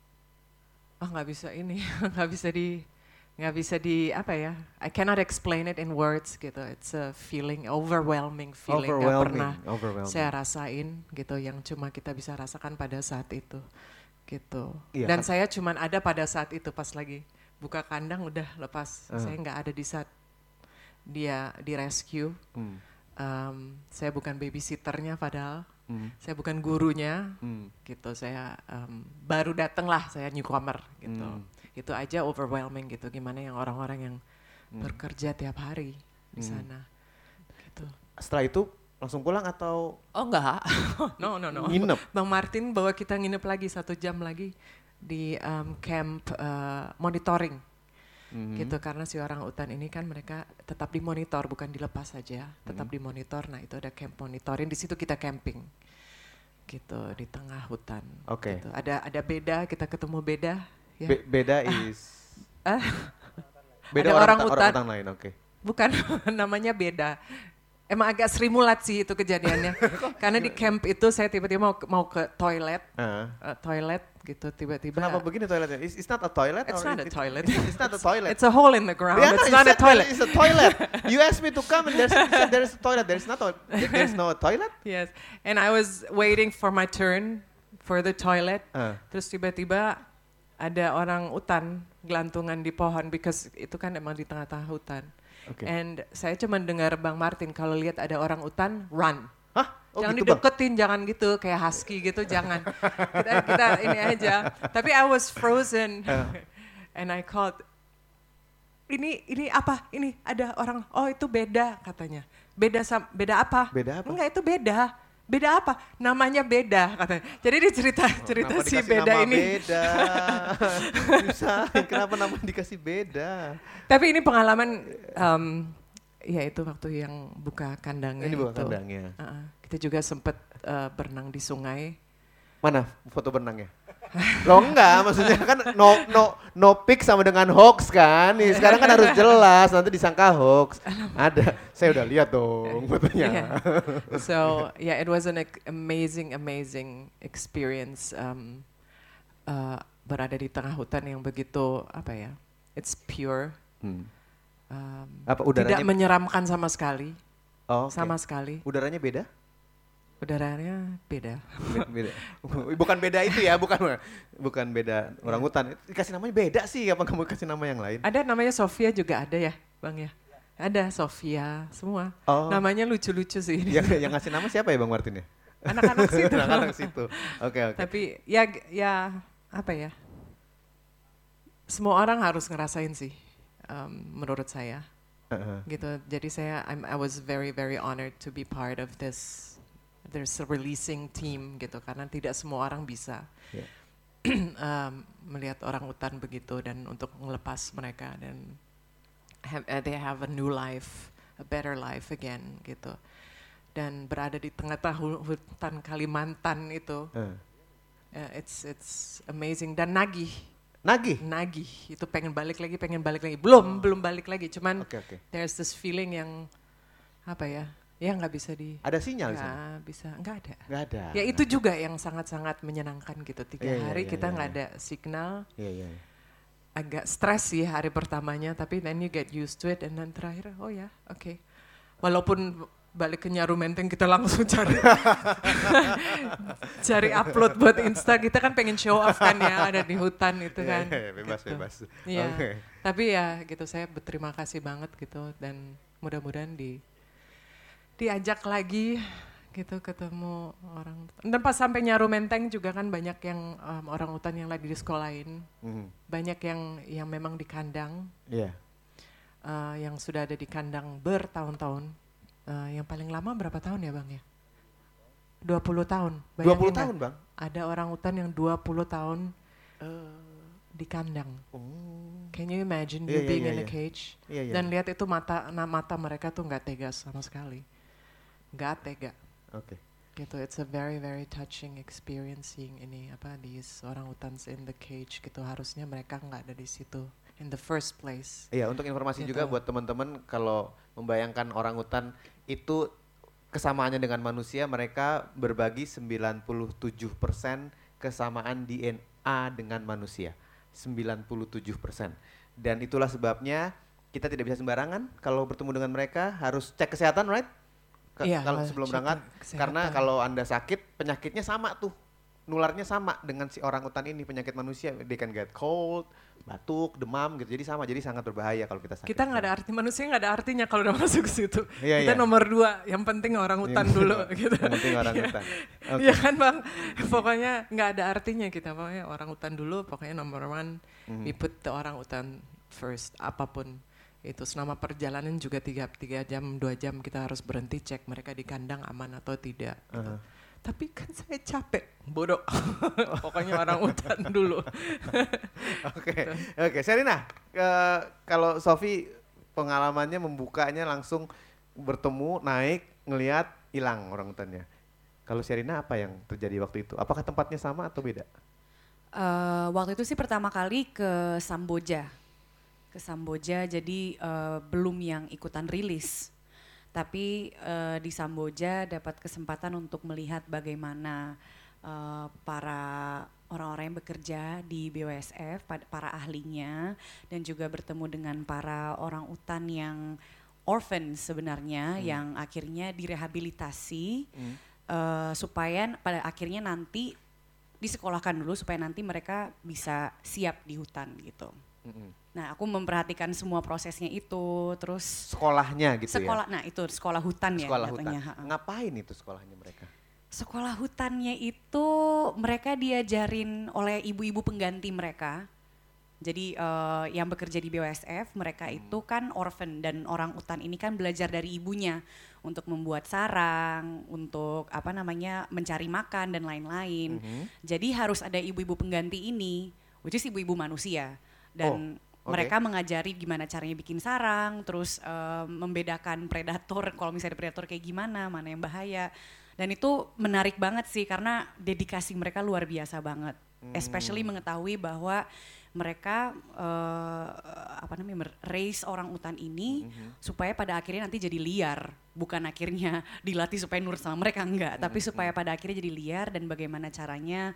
Oh nggak bisa ini, nggak bisa di, nggak bisa di apa ya? I cannot explain it in words gitu. It's a feeling, overwhelming feeling. Nggak Overwhelming, pernah overwhelming. saya rasain gitu. Yang cuma kita bisa rasakan pada saat itu, gitu. Iya, Dan kan- saya cuma ada pada saat itu pas lagi buka kandang udah lepas. Uh. Saya nggak ada di saat dia di rescue. Hmm. Um, saya bukan babysitternya padahal. Hmm. Saya bukan gurunya. Hmm. Gitu saya um, baru datang lah, saya newcomer gitu. Hmm. Itu aja overwhelming gitu, gimana yang orang-orang yang Hmm. bekerja tiap hari di Hmm. sana gitu. Setelah itu langsung pulang atau Oh enggak, no no no. nginep? Bang Martin bawa kita nginep lagi satu jam lagi di um, camp uh, monitoring Mhm. gitu, karena si orang utan ini kan mereka tetap dimonitor, bukan dilepas saja, tetap Mhm. dimonitor. Nah itu ada camp monitoring, di situ kita camping gitu di tengah hutan. Oke. Gitu. Ada ada beda, kita ketemu beda. Ya. Be- beda is Ah. beda Ada orang, orang ta- utan. orang utan lain, oke. Bukan, namanya beda. Emang agak Sri Mulat sih itu kejadiannya. Karena di camp itu saya tiba-tiba mau ke- mau ke toilet, Ah. uh, toilet gitu tiba-tiba. Kenapa begini toiletnya? It's, it's not a toilet? It's or not a it- toilet. It's not a toilet. It's a hole in the ground. Yeah, no, It's you not a said toilet. It's a toilet. You asked me to come and there's, you said there's a toilet. There's not a, there's no toilet? Yes, and I was waiting for my turn for the toilet. Ah. Terus tiba-tiba ada orang utan gelantungan di pohon, because itu kan emang di tengah-tengah hutan. Oke. And saya cuma dengar Bang Martin kalau lihat ada orang utan, run. Hah? Oh jangan gitu bang? dideketin, jangan gitu kayak husky gitu, jangan. kita, kita ini aja. Tapi I was frozen, and I called. Ini ini apa? Ini ada orang. Oh itu beda katanya. Beda sam, beda apa? Beda apa? Enggak, itu beda. Beda apa? Namanya beda katanya. Jadi dia cerita cerita Kenapa si dikasih beda nama ini. Beda. Bisa, kenapa nama dikasih beda? Tapi ini pengalaman, um, ya itu waktu yang buka kandangnya Ini bukan itu. kandangnya. Uh-uh. Kita juga sempat uh, berenang di sungai. Mana foto berenangnya? Loh enggak, maksudnya kan no no no pic sama dengan hoax kan. Nih, sekarang kan harus jelas, nanti disangka hoax. Ada, saya udah lihat dong fotonya. Yeah. So yeah, it was an ec- amazing, amazing experience. Um, uh, berada di tengah hutan yang begitu apa ya? It's pure. Hmm. Um, Apa udaranya? tidak menyeramkan sama sekali, Oh, oke. sama sekali. Udaranya beda? Udaranya beda. Be- beda. Bukan beda itu ya, bukan bukan beda orangutan. Dikasih namanya beda sih, apa kamu kasih nama yang lain? Ada namanya Sofia juga ada ya, Bang ya? Ada Sofia, semua. Oh. Namanya lucu-lucu sih ini. Yang yang ngasih nama siapa ya Bang Martin ya? Anak-anak situ. Anak-anak situ. Oke, oke. Tapi ya ya apa ya? Semua orang harus ngerasain sih, um, menurut saya. Heeh. Gitu. Jadi saya I'm, I was very very honored to be part of this. There's a releasing team gitu karena tidak semua orang bisa Yeah. um, melihat orang hutan begitu dan untuk melepas mereka dan have, uh, they have a new life, a better life again gitu. Dan berada di tengah-tengah hu- hutan Kalimantan itu, Eh. uh, it's it's amazing dan nagih, Nagih. nagih itu pengen balik lagi, pengen balik lagi, belum belum balik lagi, cuman Oke, oke. there's this feeling yang apa ya, ya nggak bisa di, Ada sinyal di sana? nggak bisa, nggak ada. Nggak ada. Ya itu juga yang sangat-sangat menyenangkan gitu. Tiga Iya, iya, hari iya, kita iya, nggak iya. ada signal, Iya, iya. agak stres sih hari pertamanya, tapi then you get used to it, and then terakhir, oh ya, oke. Walaupun balik ke Nyaru Menteng kita langsung cari cari upload buat Insta, kita kan pengen show off kan ya, ada di hutan itu Iya, kan. iya, bebas, gitu. bebas. Iya, Oke. tapi ya gitu saya berterima kasih banget gitu, dan mudah-mudahan di diajak lagi gitu ketemu orang. Dan pas sampai Nyaru Menteng juga kan banyak yang um, orang hutan yang lagi di sekolahin, Mhm. banyak yang yang memang di kandang, Iya. uh, yang sudah ada di kandang bertahun-tahun. Uh, yang paling lama berapa tahun ya Bang ya? dua puluh tahun. dua puluh Bayangin tahun, nggak? Bang. Ada orang hutan yang dua puluh tahun di kandang. Oh. Can you imagine Iya, you iya, being iya, in a iya. cage? Iya, iya. Dan lihat itu mata na- mata mereka tuh nggak tega sama sekali. Nggak tega. Oke. Gitu, it's a very very touching experience seeing ini apa di orang hutan in the cage gitu. Harusnya mereka nggak ada di situ in the first place. Iya, untuk informasi Gitu. juga buat teman-teman kalau membayangkan orang hutan itu kesamaannya dengan manusia, mereka berbagi sembilan puluh tujuh persen kesamaan D N A dengan manusia. sembilan puluh tujuh persen. Dan itulah sebabnya kita tidak bisa sembarangan kalau bertemu dengan mereka, harus cek kesehatan, right? Ke- Iya, kalau harus sebelum cek berangkat, kesehatan. karena kalau Anda sakit, penyakitnya sama tuh. Nularnya sama dengan si orang hutan ini, penyakit manusia. They can get cold, batuk, demam gitu. Jadi sama, jadi sangat berbahaya kalau kita sakit. Kita nggak ada arti, manusia nggak ada artinya kalau udah masuk ke situ. Iya, Kita iya. nomor dua, yang penting orang hutan Yang- dulu gitu. Yang penting orang Iya. hutan. Oke. Iya kan Bang, pokoknya nggak ada artinya kita, pokoknya orang hutan dulu, pokoknya nomor one, Mhm. we put the orang hutan first, apapun itu. Selama perjalanan juga tiga, tiga jam, dua jam kita harus berhenti cek mereka di kandang aman atau tidak. Gitu. Uh-huh. Tapi kan saya capek, bodoh. Pokoknya orang hutan dulu. Oke, oke. Sherina, eh, kalau Sofi pengalamannya membukanya langsung bertemu, naik, ngelihat, hilang orang hutannya. Kalau Sherina apa yang terjadi waktu itu? Apakah tempatnya sama atau beda? Eh, waktu itu sih pertama kali ke Samboja, ke Samboja. Jadi eh, belum yang ikutan rilis, tapi eh, di Samboja dapat kesempatan untuk melihat bagaimana eh, para orang-orang yang bekerja di B W S F, pad- para ahlinya, dan juga bertemu dengan para orang hutan yang orphan sebenarnya, yang akhirnya direhabilitasi eh, supaya n- pada akhirnya nanti disekolahkan dulu supaya nanti mereka bisa siap di hutan gitu. Mm-mm. Nah, aku memperhatikan semua prosesnya itu, terus Sekolahnya gitu sekolah, ya? nah itu sekolah hutan ya Sekolah hutan. katanya. ha-ha. Ngapain itu sekolahnya mereka? Sekolah hutannya itu mereka diajarin oleh ibu-ibu pengganti mereka. Jadi uh, yang bekerja di B W S F mereka itu kan orphan dan orang utan ini kan belajar dari ibunya untuk membuat sarang, untuk apa namanya mencari makan dan lain-lain. Mm-hmm. Jadi harus ada ibu-ibu pengganti ini, which is ibu-ibu manusia dan oh, okay. mereka mengajari gimana caranya bikin sarang, terus uh, membedakan predator kalau misalnya ada predator kayak gimana, mana yang bahaya. Dan itu menarik banget sih karena dedikasi mereka luar biasa banget. Mm. Especially mengetahui bahwa mereka uh, apa namanya raise orang utan ini mm-hmm. supaya pada akhirnya nanti jadi liar, bukan akhirnya dilatih supaya nurut sama mereka enggak, mm-hmm. tapi supaya pada akhirnya jadi liar dan bagaimana caranya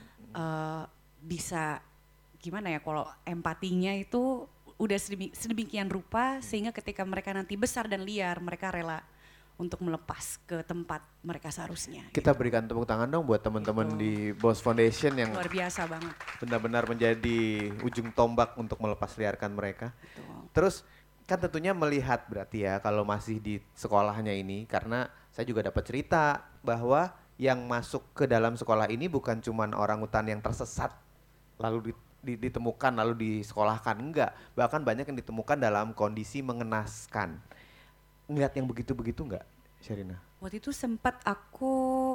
uh, bisa gimana ya kalau empatinya itu udah sedemikian rupa sehingga ketika mereka nanti besar dan liar mereka rela untuk melepas ke tempat mereka seharusnya. Kita gitu. Berikan tepuk tangan dong buat teman-teman gitu. Di Boss Foundation yang luar biasa banget. Benar-benar menjadi ujung tombak untuk melepas liarkan mereka. Betul. Terus kan tentunya melihat berarti ya kalau masih di sekolahnya ini, karena saya juga dapat cerita bahwa yang masuk ke dalam sekolah ini bukan cuma orangutan yang tersesat lalu ditemukan lalu disekolahkan, enggak. Bahkan banyak yang ditemukan dalam kondisi mengenaskan. Ngeliat yang begitu-begitu nggak, Sherina? Waktu itu sempat aku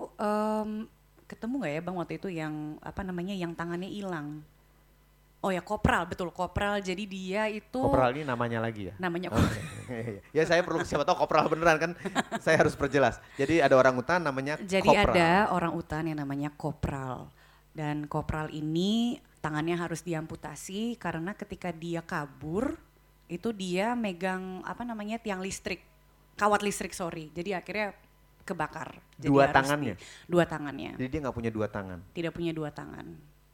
um, ketemu nggak ya bang waktu itu yang apa namanya yang tangannya hilang. Oh ya kopral, betul kopral. Jadi dia itu. Kopral ini namanya lagi ya? Namanya. Oh, ya saya perlu siapa tahu kopral beneran kan? Saya harus perjelas. Jadi ada orang utan namanya Jadi kopral. ada orang utan yang namanya kopral dan kopral ini tangannya harus diamputasi karena ketika dia kabur itu dia megang apa namanya tiang listrik. Kawat listrik sorry, jadi akhirnya kebakar. Jadi dua tangannya? Di, dua tangannya. Jadi dia nggak punya dua tangan? Tidak punya dua tangan.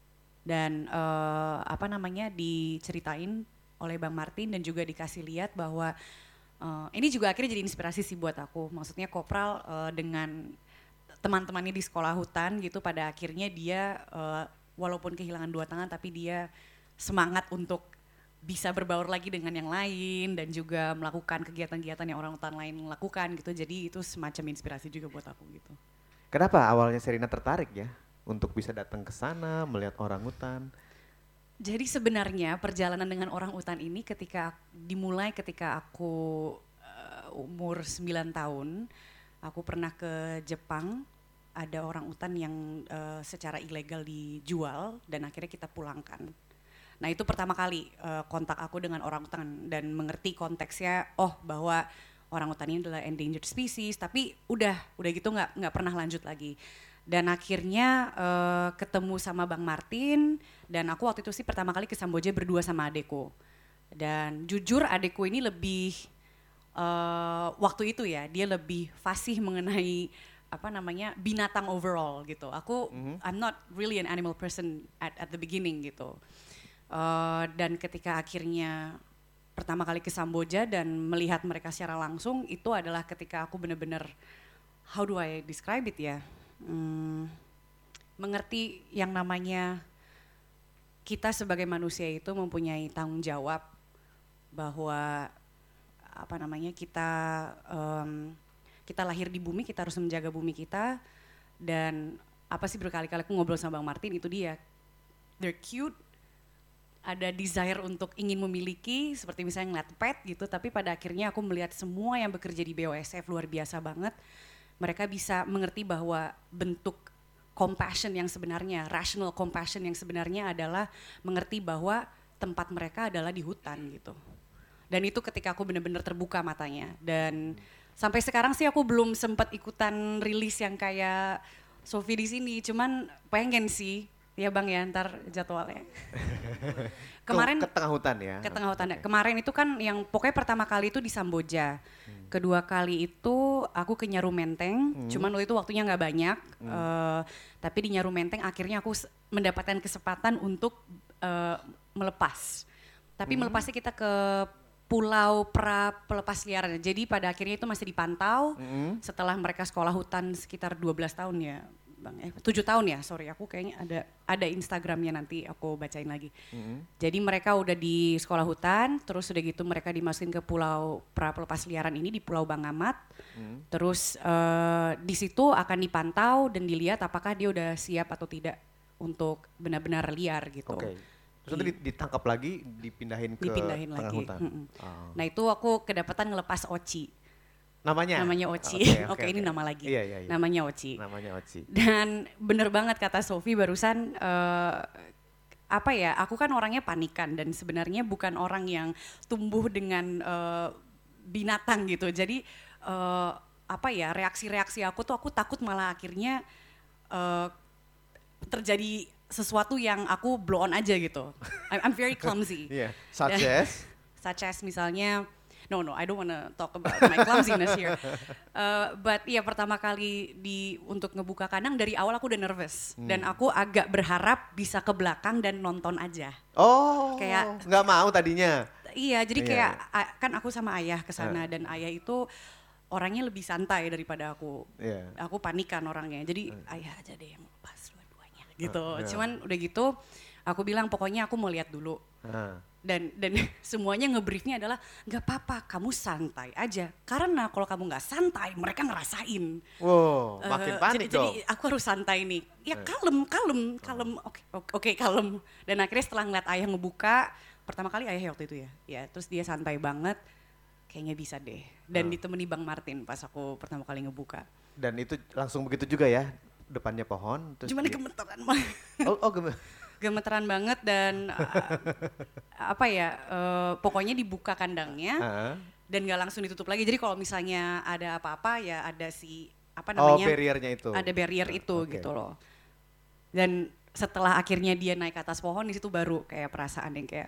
Dan uh, apa namanya diceritain oleh Bang Martin dan juga dikasih lihat bahwa uh, ini juga akhirnya jadi inspirasi sih buat aku. Maksudnya kopral uh, dengan teman-temannya di sekolah hutan gitu pada akhirnya dia uh, walaupun kehilangan dua tangan tapi dia semangat untuk bisa berbaur lagi dengan yang lain dan juga melakukan kegiatan-kegiatan yang orang utan lain lakukan gitu. Jadi itu semacam inspirasi juga buat aku gitu. Kenapa awalnya Sherina tertarik ya untuk bisa datang ke sana melihat orang utan? Jadi sebenarnya perjalanan dengan orang utan ini ketika dimulai ketika aku uh, umur sembilan tahun, aku pernah ke Jepang, ada orang utan yang uh, secara ilegal dijual dan akhirnya kita pulangkan. Nah itu pertama kali uh, kontak aku dengan orang utan dan mengerti konteksnya, oh bahwa orang utan ini adalah endangered species, tapi udah udah gitu nggak nggak pernah lanjut lagi. Dan akhirnya uh, ketemu sama Bang Martin dan aku waktu itu sih pertama kali ke Samboja berdua sama adekku. Dan jujur adekku ini lebih uh, waktu itu ya dia lebih fasih mengenai apa namanya binatang overall gitu. Aku mm-hmm. I'm not really an animal person at at the beginning gitu. Uh, dan ketika akhirnya pertama kali ke Samboja dan melihat mereka secara langsung itu adalah ketika aku benar-benar how do I describe it ya hmm, mengerti yang namanya kita sebagai manusia itu mempunyai tanggung jawab bahwa apa namanya kita um, kita lahir di bumi, kita harus menjaga bumi kita dan apa sih berkali-kali aku ngobrol sama Bang Martin itu dia they're cute, ada desire untuk ingin memiliki seperti misalnya ngeliat pet gitu, tapi pada akhirnya aku melihat semua yang bekerja di B W S F luar biasa banget. Mereka bisa mengerti bahwa bentuk compassion yang sebenarnya, rational compassion yang sebenarnya adalah mengerti bahwa tempat mereka adalah di hutan gitu. Dan itu ketika aku benar-benar terbuka matanya dan sampai sekarang sih aku belum sempat ikutan rilis yang kayak Sofi di sini, cuman pengen sih. Ya Bang ya, ntar jadwalnya. Kemarin ke, ke tengah hutan ya? Ke tengah hutan. Okay. Kemarin itu kan yang pokoknya pertama kali itu di Samboja. Hmm. Kedua kali itu aku ke Nyaru Menteng, hmm. cuman waktu itu waktunya nggak banyak. Hmm. Uh, tapi di Nyaru Menteng akhirnya aku mendapatkan kesempatan untuk uh, melepas. Tapi hmm. melepasnya kita ke Pulau Pra Pelepas Liaran. Jadi pada akhirnya itu masih dipantau hmm. setelah mereka sekolah hutan sekitar dua belas tahun ya. Bang, eh tujuh tahun ya, sorry aku kayaknya ada ada Instagramnya nanti aku bacain lagi. Mm-hmm. Jadi mereka udah di sekolah hutan, terus udah gitu mereka dimasukin ke Pulau Pra Pelepas Liaran ini di Pulau Bangamat. Mm-hmm. Terus uh, di situ akan dipantau dan dilihat apakah dia udah siap atau tidak untuk benar-benar liar gitu. Okay. Maksudnya Di- ditangkap lagi, dipindahin ke dipindahin tengah lagi. hutan. Mm-mm. Oh. Nah itu aku kedapatan ngelepas Oci. Namanya? Namanya Oci. Oke, Oke, oke, ini oke. nama lagi. Iya, iya, iya. Namanya Oci. Namanya Oci. Dan bener banget kata Sofi barusan, eh, apa ya, aku kan orangnya panikan dan sebenarnya bukan orang yang tumbuh dengan eh, binatang gitu. Jadi eh, apa ya, reaksi-reaksi aku tuh aku takut malah akhirnya eh, terjadi sesuatu yang aku blow on aja gitu. I'm, I'm very clumsy. Iya, such Dan- as? Such as misalnya, no no, I don't wanna talk about my clumsiness here. Uh, but iya pertama kali di untuk ngebuka kandang dari awal aku udah nervous dan aku agak berharap bisa ke belakang dan nonton aja. Oh, Kayak- nggak mau tadinya. Iya, jadi Iya, kayak a- kan aku sama ayah ke sana Eh. dan ayah itu orangnya lebih santai daripada aku. Iya. Aku panikan orangnya. Jadi ayah aja deh yang lepas dua-duanya gitu. iya. Cuman udah gitu aku bilang pokoknya aku mau lihat dulu. Ah. Dan dan semuanya ngebriefnya adalah nggak apa-apa, kamu santai aja. Karena kalau kamu nggak santai, mereka ngerasain. Wow, Eh, makin jadi, panik jadi dong. aku harus santai nih. Ya kalem, kalem, kalem. Oke, oke, oke, kalem. Dan akhirnya setelah ngeliat ayah ngebuka, pertama kali ayah waktu itu ya. Ya, terus dia santai banget. Kayaknya bisa deh. Dan ditemani Bang Martin pas aku pertama kali ngebuka. Dan itu langsung begitu juga ya, depannya pohon. Terus Cuman dia- gemeteran banget. Oh, oh gem- Gemeteran banget dan uh, apa ya, uh, pokoknya dibuka kandangnya. Ah. Dan nggak langsung ditutup lagi. Jadi kalau misalnya ada apa-apa ya ada si apa Oh, namanya? barriernya itu. Ada barrier itu Oke. gitu loh. Dan setelah akhirnya dia naik ke atas pohon di situ baru kayak perasaan yang kayak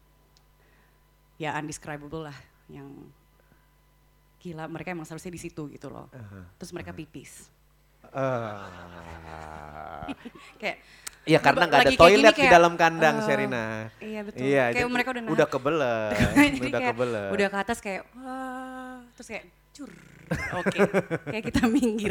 ya undescribable lah, yang gila mereka emang seharusnya di situ gitu loh. Terus mereka pipis. Ah. Kayak Iya karena nggak ada lagi kayak gini toilet di kayak, dalam kandang, eh, Sherina. Iya betul. Iya, Kayak jadi mereka udah naik. udah kebelet, Jadi udah kayak kebelet. udah ke atas kayak wah, terus kayak cur. Oke, kayak kita minggir.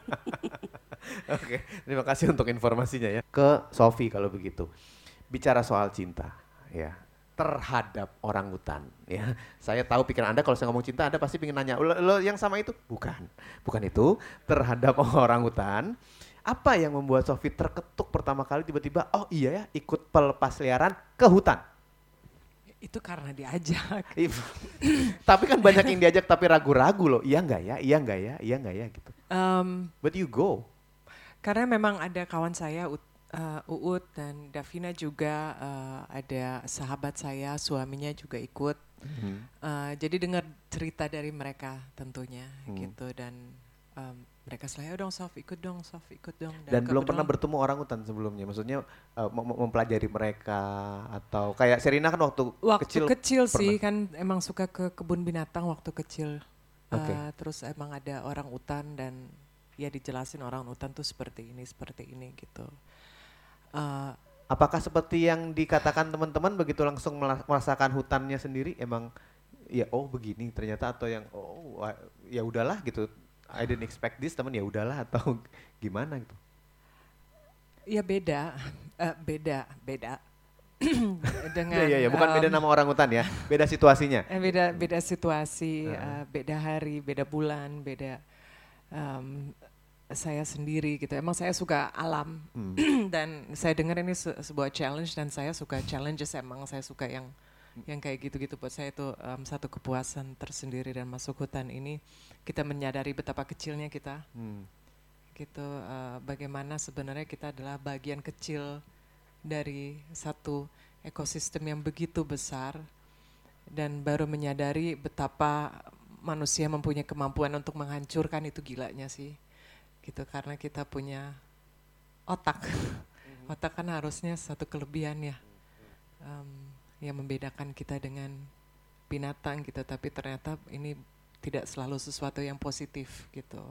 Oke, terima kasih untuk informasinya ya. Ke Sofi kalau begitu. Bicara soal cinta ya terhadap orangutan ya. Saya tahu pikiran Anda kalau saya ngomong cinta Anda pasti pengen nanya, lo, lo yang sama itu? Bukan, bukan itu. Terhadap orangutan, apa yang membuat Sofi terketuk pertama kali tiba-tiba, oh iya ya ikut pelepas liaran ke hutan? Itu karena diajak. If- tapi kan banyak yang diajak tapi ragu-ragu loh, iya nggak ya, iya nggak ya, iya nggak ya gitu. Em, But you go. Karena memang ada kawan saya Ut- uh, Uut dan Davina juga, uh, ada sahabat saya suaminya juga ikut. Uh, jadi dengar cerita dari mereka tentunya Hmm. gitu dan um, mereka selalu "Ayo dong Sof ikut dong Sof ikut dong." Dan belum kebetulan- pernah bertemu orangutan sebelumnya, maksudnya uh, mem- mem- mempelajari mereka atau kayak Sherina kan waktu, waktu kecil, kecil, sih pernah. kan emang suka ke kebun binatang waktu kecil. Uh, Oke. Terus emang ada orang utan dan ya dijelasin orang utan tuh seperti ini seperti ini gitu. Uh, Apakah seperti yang dikatakan teman-teman begitu langsung mela- merasakan hutannya sendiri emang ya oh begini ternyata atau yang oh wa- ya udahlah gitu. I didn't expect this teman ya udahlah atau gimana gitu. Ya beda, eh, beda, beda. Dengan Iya iya ya, bukan beda em, nama orangutan ya, beda situasinya. eh, beda beda situasi, Heeh. eh, beda hari, beda bulan, beda em, saya sendiri gitu. Emang saya suka alam Hmm. dan saya dengar ini se- sebuah challenge dan saya suka challenges. Emang saya suka yang yang kayak gitu-gitu. Buat saya itu em, satu kepuasan tersendiri dan masuk hutan ini kita menyadari betapa kecilnya kita. Hmm. Gitu, eh, bagaimana sebenarnya kita adalah bagian kecil dari satu ekosistem yang begitu besar dan baru menyadari betapa manusia mempunyai kemampuan untuk menghancurkan, itu gilanya sih gitu, karena kita punya otak. Otak kan harusnya satu kelebihan ya, em, yang membedakan kita dengan binatang gitu, tapi ternyata ini tidak selalu sesuatu yang positif gitu.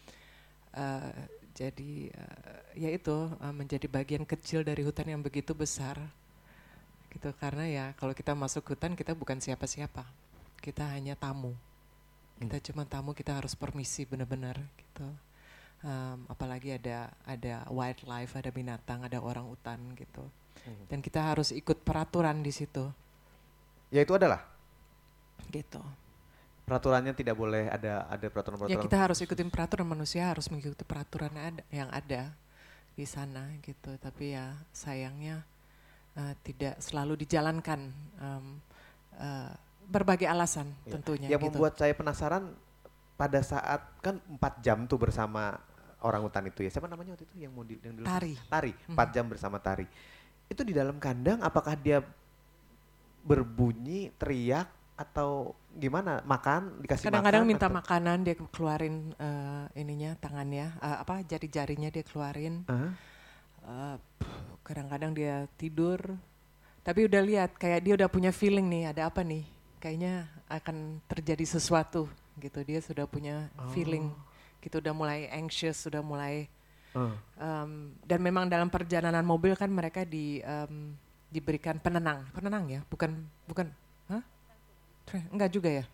Uh, jadi uh, ya itu uh, menjadi bagian kecil dari hutan yang begitu besar gitu, karena ya kalau kita masuk hutan kita bukan siapa-siapa, kita hanya tamu, kita cuma tamu, kita harus permisi benar-benar gitu. Um, apalagi ada ada wildlife, ada binatang, ada orang hutan gitu, dan kita harus ikut peraturan di situ Ya itu adalah gitu. peraturannya tidak boleh ada ada Ya peraturan-peraturan. kita harus ikutin peraturan, manusia harus mengikuti peraturan ada, yang ada di sana gitu. Tapi ya sayangnya uh, tidak selalu dijalankan, um, uh, berbagai alasan Ya. tentunya. Yang gitu. membuat saya penasaran pada saat kan empat jam tuh bersama orang hutan itu ya. Siapa namanya waktu itu yang mau di, yang dilepas? Tari. Tari, empat jam bersama Tari. Itu di dalam kandang apakah dia berbunyi, teriak atau gimana? Makan, dikasih Kadang-kadang makan? minta atau- makanan, dia keluarin uh, ininya, tangannya, uh, apa jari-jarinya dia keluarin. Hah? Uh, kadang-kadang dia tidur, tapi udah lihat kayak dia udah punya feeling nih, ada apa nih? Kayaknya akan terjadi sesuatu gitu. Dia sudah punya feeling, gitu udah mulai anxious, sudah mulai. Oh. Um, dan memang dalam perjalanan mobil kan mereka di um, diberikan penenang, penenang ya, bukan bukan, hah? Enggak juga ya?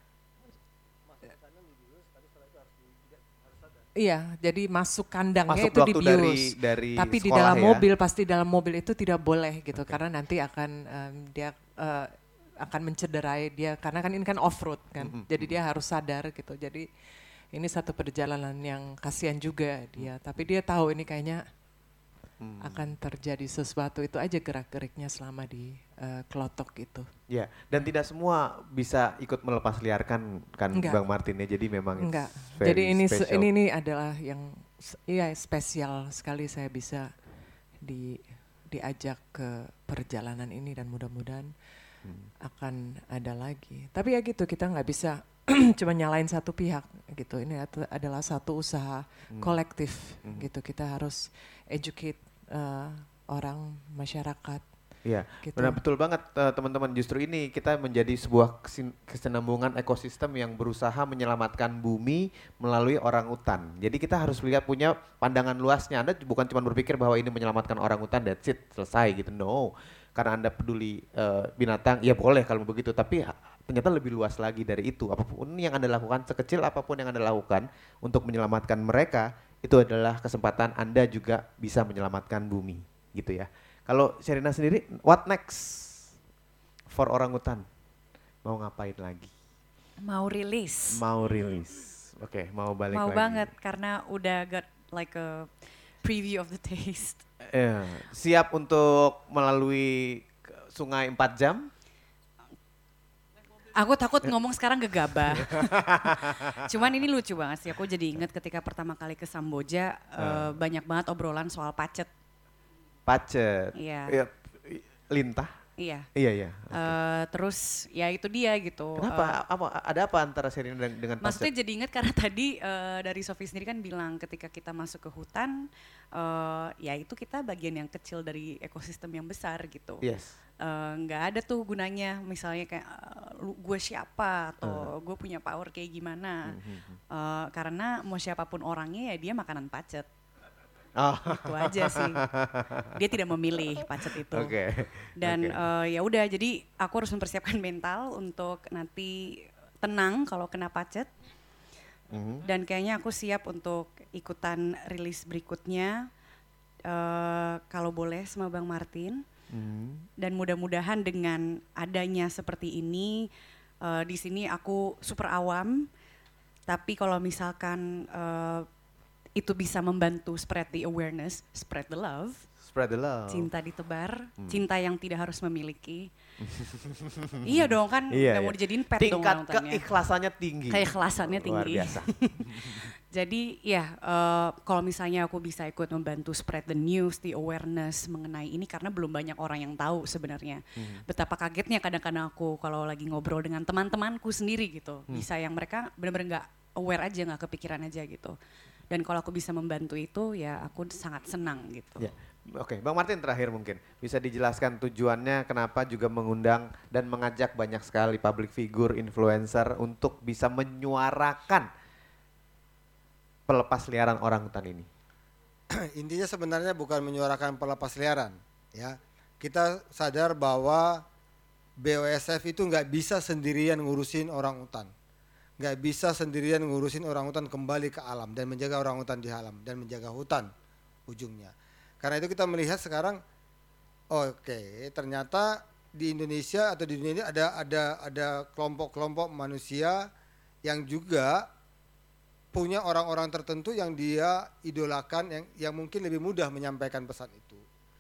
Iya, jadi masuk kandangnya Masuk itu waktu dibius. dari dari Tapi di sekolah dalam ya? mobil pasti dalam mobil itu tidak boleh gitu, karena nanti akan um, dia uh, akan mencederai dia, karena kan ini kan off road kan, Mm-mm. jadi dia harus sadar gitu. Jadi ini satu perjalanan yang kasihan juga dia, tapi dia tahu ini kayaknya Hmm. akan terjadi sesuatu, itu aja gerak-geriknya selama di uh, kelotok itu. Ya, dan tidak semua bisa ikut melepas liarkan kan Enggak. Bang Martin ya. Jadi memang it's Enggak. very Jadi ini se- special. ini ini adalah yang s- iya spesial sekali saya bisa di diajak ke perjalanan ini, dan mudah-mudahan Hmm. akan ada lagi. Tapi ya gitu, kita nggak bisa cuma nyalain satu pihak gitu. Ini at- adalah satu usaha Hmm. kolektif Hmm. gitu. Kita harus educate uh, orang, masyarakat. Iya, Gitu. benar betul banget eh, teman-teman. Justru ini kita menjadi sebuah kesin- kesinambungan ekosistem yang berusaha menyelamatkan bumi melalui orang hutan. Jadi kita harus lihat, punya pandangan luasnya. Anda bukan cuma berpikir bahwa ini menyelamatkan orang hutan, that's it, selesai gitu. No, karena Anda peduli eh, binatang, ya boleh kalau begitu. Tapi ha- ternyata lebih luas lagi dari itu. Apapun yang Anda lakukan, sekecil apapun yang Anda lakukan untuk menyelamatkan mereka, itu adalah kesempatan Anda juga bisa menyelamatkan bumi, gitu ya. Kalau Sherina sendiri, what next for orangutan? Mau ngapain lagi? Mau rilis. Mau rilis. Oke, mau balik Mau lagi. banget karena udah got like a preview of the taste. Eh, siap untuk melalui ke- sungai empat jam? Aku takut ngomong sekarang gegabah. Cuman ini lucu banget sih. Aku jadi inget ketika pertama kali ke Samboja, eh, banyak banget obrolan soal pacet. Pacet. Iya. Ya, i- lintah? Iya. Iya, iya. Eh, terus ya itu dia gitu. Kenapa? Eh, apa, ada apa antara Sherina dengan, dengan Maksudnya pacet? jadi inget karena tadi eh, dari Sofi sendiri kan bilang ketika kita masuk ke hutan, eh, ya itu kita bagian yang kecil dari ekosistem yang besar gitu. Yes. Eh, nggak ada tuh gunanya misalnya kayak eh, lu gue siapa atau gue punya power kayak gimana. Mhm. Eh, karena mau siapapun orangnya ya dia makanan pacet. Oh, Itu aja sih. Dia tidak memilih pacet itu. oke. Dan Oke. eh, ya udah, jadi aku harus mempersiapkan mental untuk nanti tenang kalau kena pacet. Mhm. Dan kayaknya aku siap untuk ikutan rilis berikutnya eh, kalau boleh sama Bang Martin. Mhm. Dan mudah-mudahan dengan adanya seperti ini, eh, di sini aku super awam. Tapi kalau misalkan eh, itu bisa membantu spread the awareness, spread the love, Spread the love. cinta ditebar, Hmm. cinta yang tidak harus memiliki. Iya dong kan, Iya, nggak mau iya. dijadiin pet dong Tingkat orangutannya. keikhlasannya tinggi. Keikhlasannya Luar tinggi. biasa. Jadi ya eh, kalau misalnya aku bisa ikut membantu spread the news, the awareness mengenai ini, karena belum banyak orang yang tahu sebenarnya. Hmm. Betapa kagetnya kadang-kadang aku kalau lagi ngobrol dengan teman-temanku sendiri gitu. Hmm. Bisa yang mereka benar-benar nggak aware aja, nggak kepikiran aja gitu. Dan kalau aku bisa membantu itu ya aku sangat senang gitu. Ya. Oke, Bang Martin terakhir mungkin bisa dijelaskan tujuannya kenapa juga mengundang dan mengajak banyak sekali public figure, influencer untuk bisa menyuarakan pelepas liaran orangutan ini. Intinya sebenarnya bukan menyuarakan pelepas liaran, ya. Kita sadar bahwa B O S F itu nggak bisa sendirian ngurusin orangutan, nggak bisa sendirian ngurusin orangutan kembali ke alam dan menjaga orangutan di alam dan menjaga hutan ujungnya. Karena itu kita melihat sekarang, oke, ternyata di Indonesia atau di dunia ini ada ada ada kelompok-kelompok manusia yang juga punya orang-orang tertentu yang dia idolakan, yang yang mungkin lebih mudah menyampaikan pesan itu.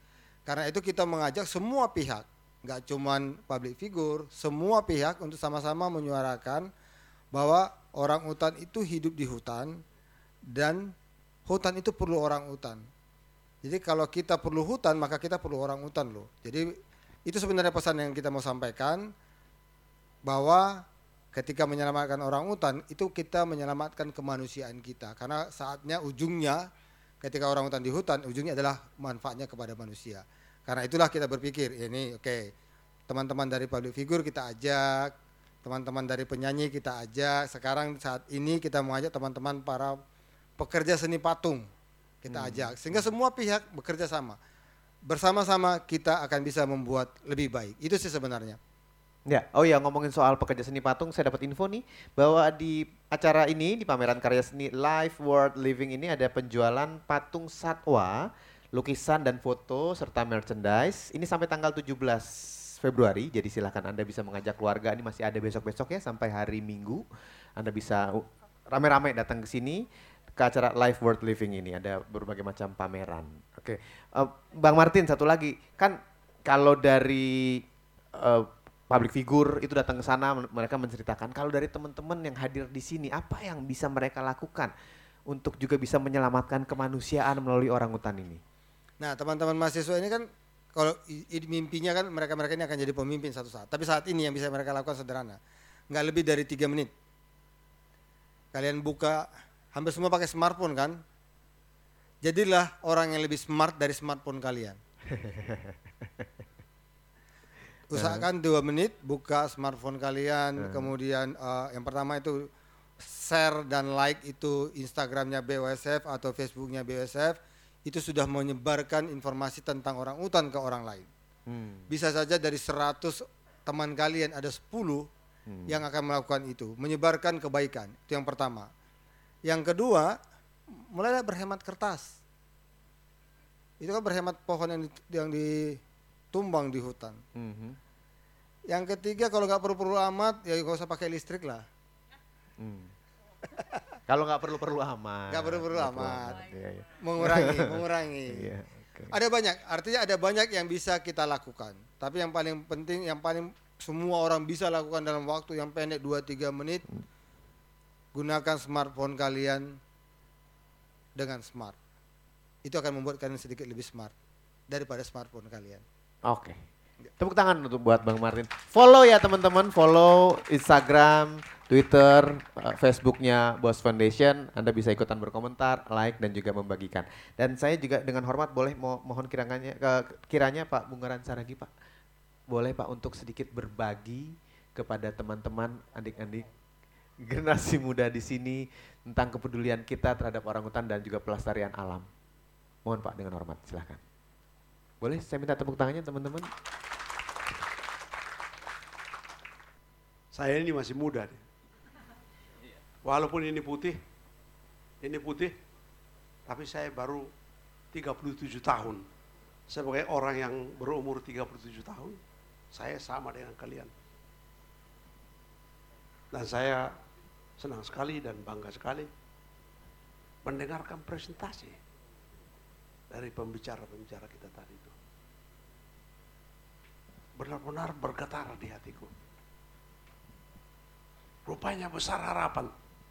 Karena itu kita mengajak semua pihak, nggak cuman public figure, semua pihak untuk sama-sama menyuarakan bahwa orang utan itu hidup di hutan dan hutan itu perlu orang utan. Jadi kalau kita perlu hutan maka kita perlu orang utan loh. Jadi itu sebenarnya pesan yang kita mau sampaikan, bahwa ketika menyelamatkan orang utan itu kita menyelamatkan kemanusiaan kita, karena saatnya ujungnya ketika orang utan di hutan ujungnya adalah manfaatnya kepada manusia. Karena itulah kita berpikir ini oke okay, teman-teman dari public figure kita ajak, teman-teman dari penyanyi kita ajak, sekarang saat ini kita mengajak teman-teman para pekerja seni patung kita hmm. ajak, sehingga semua pihak bekerja sama, bersama-sama kita akan bisa membuat lebih baik. Itu sih sebenarnya. Ya, oh ya ngomongin soal pekerja seni patung, saya dapat info nih bahwa di acara ini, di pameran karya seni Life Worth Living ini ada penjualan patung satwa, lukisan dan foto serta merchandise. Ini sampai tanggal tujuh belas Februari, jadi silahkan Anda bisa mengajak keluarga, ini masih ada besok-besok ya sampai hari Minggu. Anda bisa rame-rame datang ke sini ke acara Life Worth Living ini, ada berbagai macam pameran. Oke, uh, Bang Martin satu lagi, kan kalau dari uh, public figure itu datang ke sana, mereka menceritakan. Kalau dari teman-teman yang hadir di sini, apa yang bisa mereka lakukan untuk juga bisa menyelamatkan kemanusiaan melalui orangutan ini? Nah, teman-teman mahasiswa ini kan kalau mimpinya kan mereka-mereka ini akan jadi pemimpin satu saat. Tapi saat ini yang bisa mereka lakukan sederhana, nggak lebih dari tiga menit. Kalian buka, hampir semua pakai smartphone kan? Jadilah orang yang lebih smart dari smartphone kalian. Usahakan dua menit buka smartphone kalian, hmm. kemudian uh, yang pertama itu share dan like itu Instagramnya B W S F atau Facebooknya B W S F, itu sudah menyebarkan informasi tentang orang utan ke orang lain. Hmm. Bisa saja dari seratus teman kalian ada sepuluh hmm. yang akan melakukan itu, menyebarkan kebaikan, itu yang pertama. Yang kedua, mulailah berhemat kertas. Itu kan berhemat pohon yang, yang ditumbang di hutan. Mm-hmm. Yang ketiga, kalau nggak perlu-perlu amat, ya nggak usah pakai listrik lah. Mm. Kalau nggak perlu-perlu amat. Nggak perlu-perlu amat. amat. Iya, iya. Mengurangi, mengurangi. Iya, okay. Ada banyak, artinya ada banyak yang bisa kita lakukan. Tapi yang paling penting, yang paling semua orang bisa lakukan dalam waktu yang pendek dua tiga menit, mm. gunakan smartphone kalian dengan smart. Itu akan membuat kalian sedikit lebih smart daripada smartphone kalian. Oke. Okay. Tepuk tangan untuk buat Bang Martin. Follow ya teman-teman, follow Instagram, Twitter, uh, Facebooknya Boss Foundation. Anda bisa ikutan berkomentar, like dan juga membagikan. Dan saya juga dengan hormat boleh mo- mohon kiranya ke, kiranya Pak Bungaran Saragi Pak, boleh Pak untuk sedikit berbagi kepada teman-teman, adik-adik generasi muda di sini tentang kepedulian kita terhadap orangutan dan juga pelestarian alam. Mohon Pak dengan hormat, silahkan. Boleh saya minta tepuk tangannya teman-teman? Saya ini masih muda nih. Walaupun ini putih, ini putih, tapi saya baru tiga puluh tujuh tahun. Sebagai orang yang berumur tiga puluh tujuh tahun, saya sama dengan kalian. Dan saya senang sekali dan bangga sekali mendengarkan presentasi dari pembicara-pembicara kita tadi itu. Benar-benar bergetar di hatiku. Rupanya besar harapan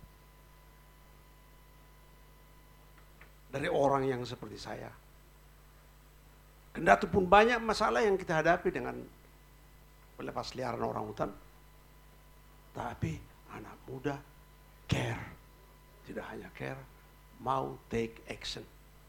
dari orang yang seperti saya. Kendati pun banyak masalah yang kita hadapi dengan pelepas liaran orangutan, tapi anak muda care. Tidak hanya care, mau take action.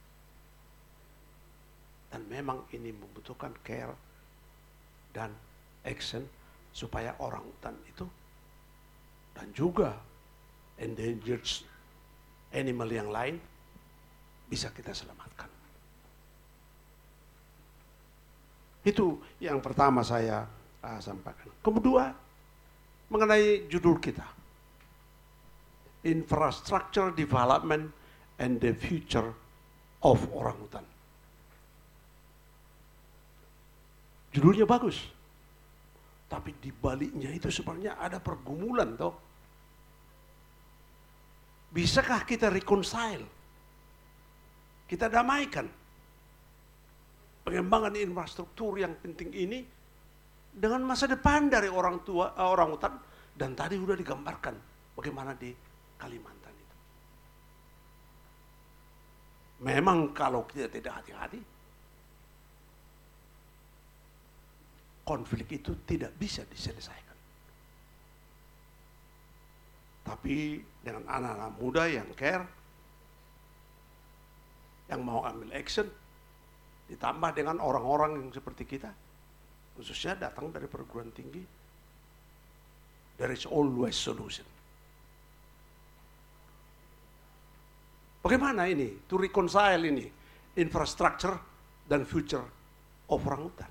Dan memang ini membutuhkan care dan action supaya orangutan itu dan juga endangered animal yang lain bisa kita selamatkan. Itu yang pertama saya uh, sampaikan. Kedua, mengenai judul kita, Infrastructure Development and the Future of Orangutan. Judulnya bagus, tapi di baliknya itu sebenarnya ada pergumulan toh. Bisakah kita reconcile? Kita damaikan pengembangan infrastruktur yang penting ini dengan masa depan dari orang tua, uh, orang hutan, dan tadi sudah digambarkan bagaimana di Kalimantan itu. Memang kalau kita tidak hati-hati, konflik itu tidak bisa diselesaikan. Tapi dengan anak-anak muda yang care, yang mau ambil action, ditambah dengan orang-orang yang seperti kita, khususnya datang dari perguruan tinggi, there is always solution. Bagaimana ini, to reconcile ini, infrastructure dan future of orangutan?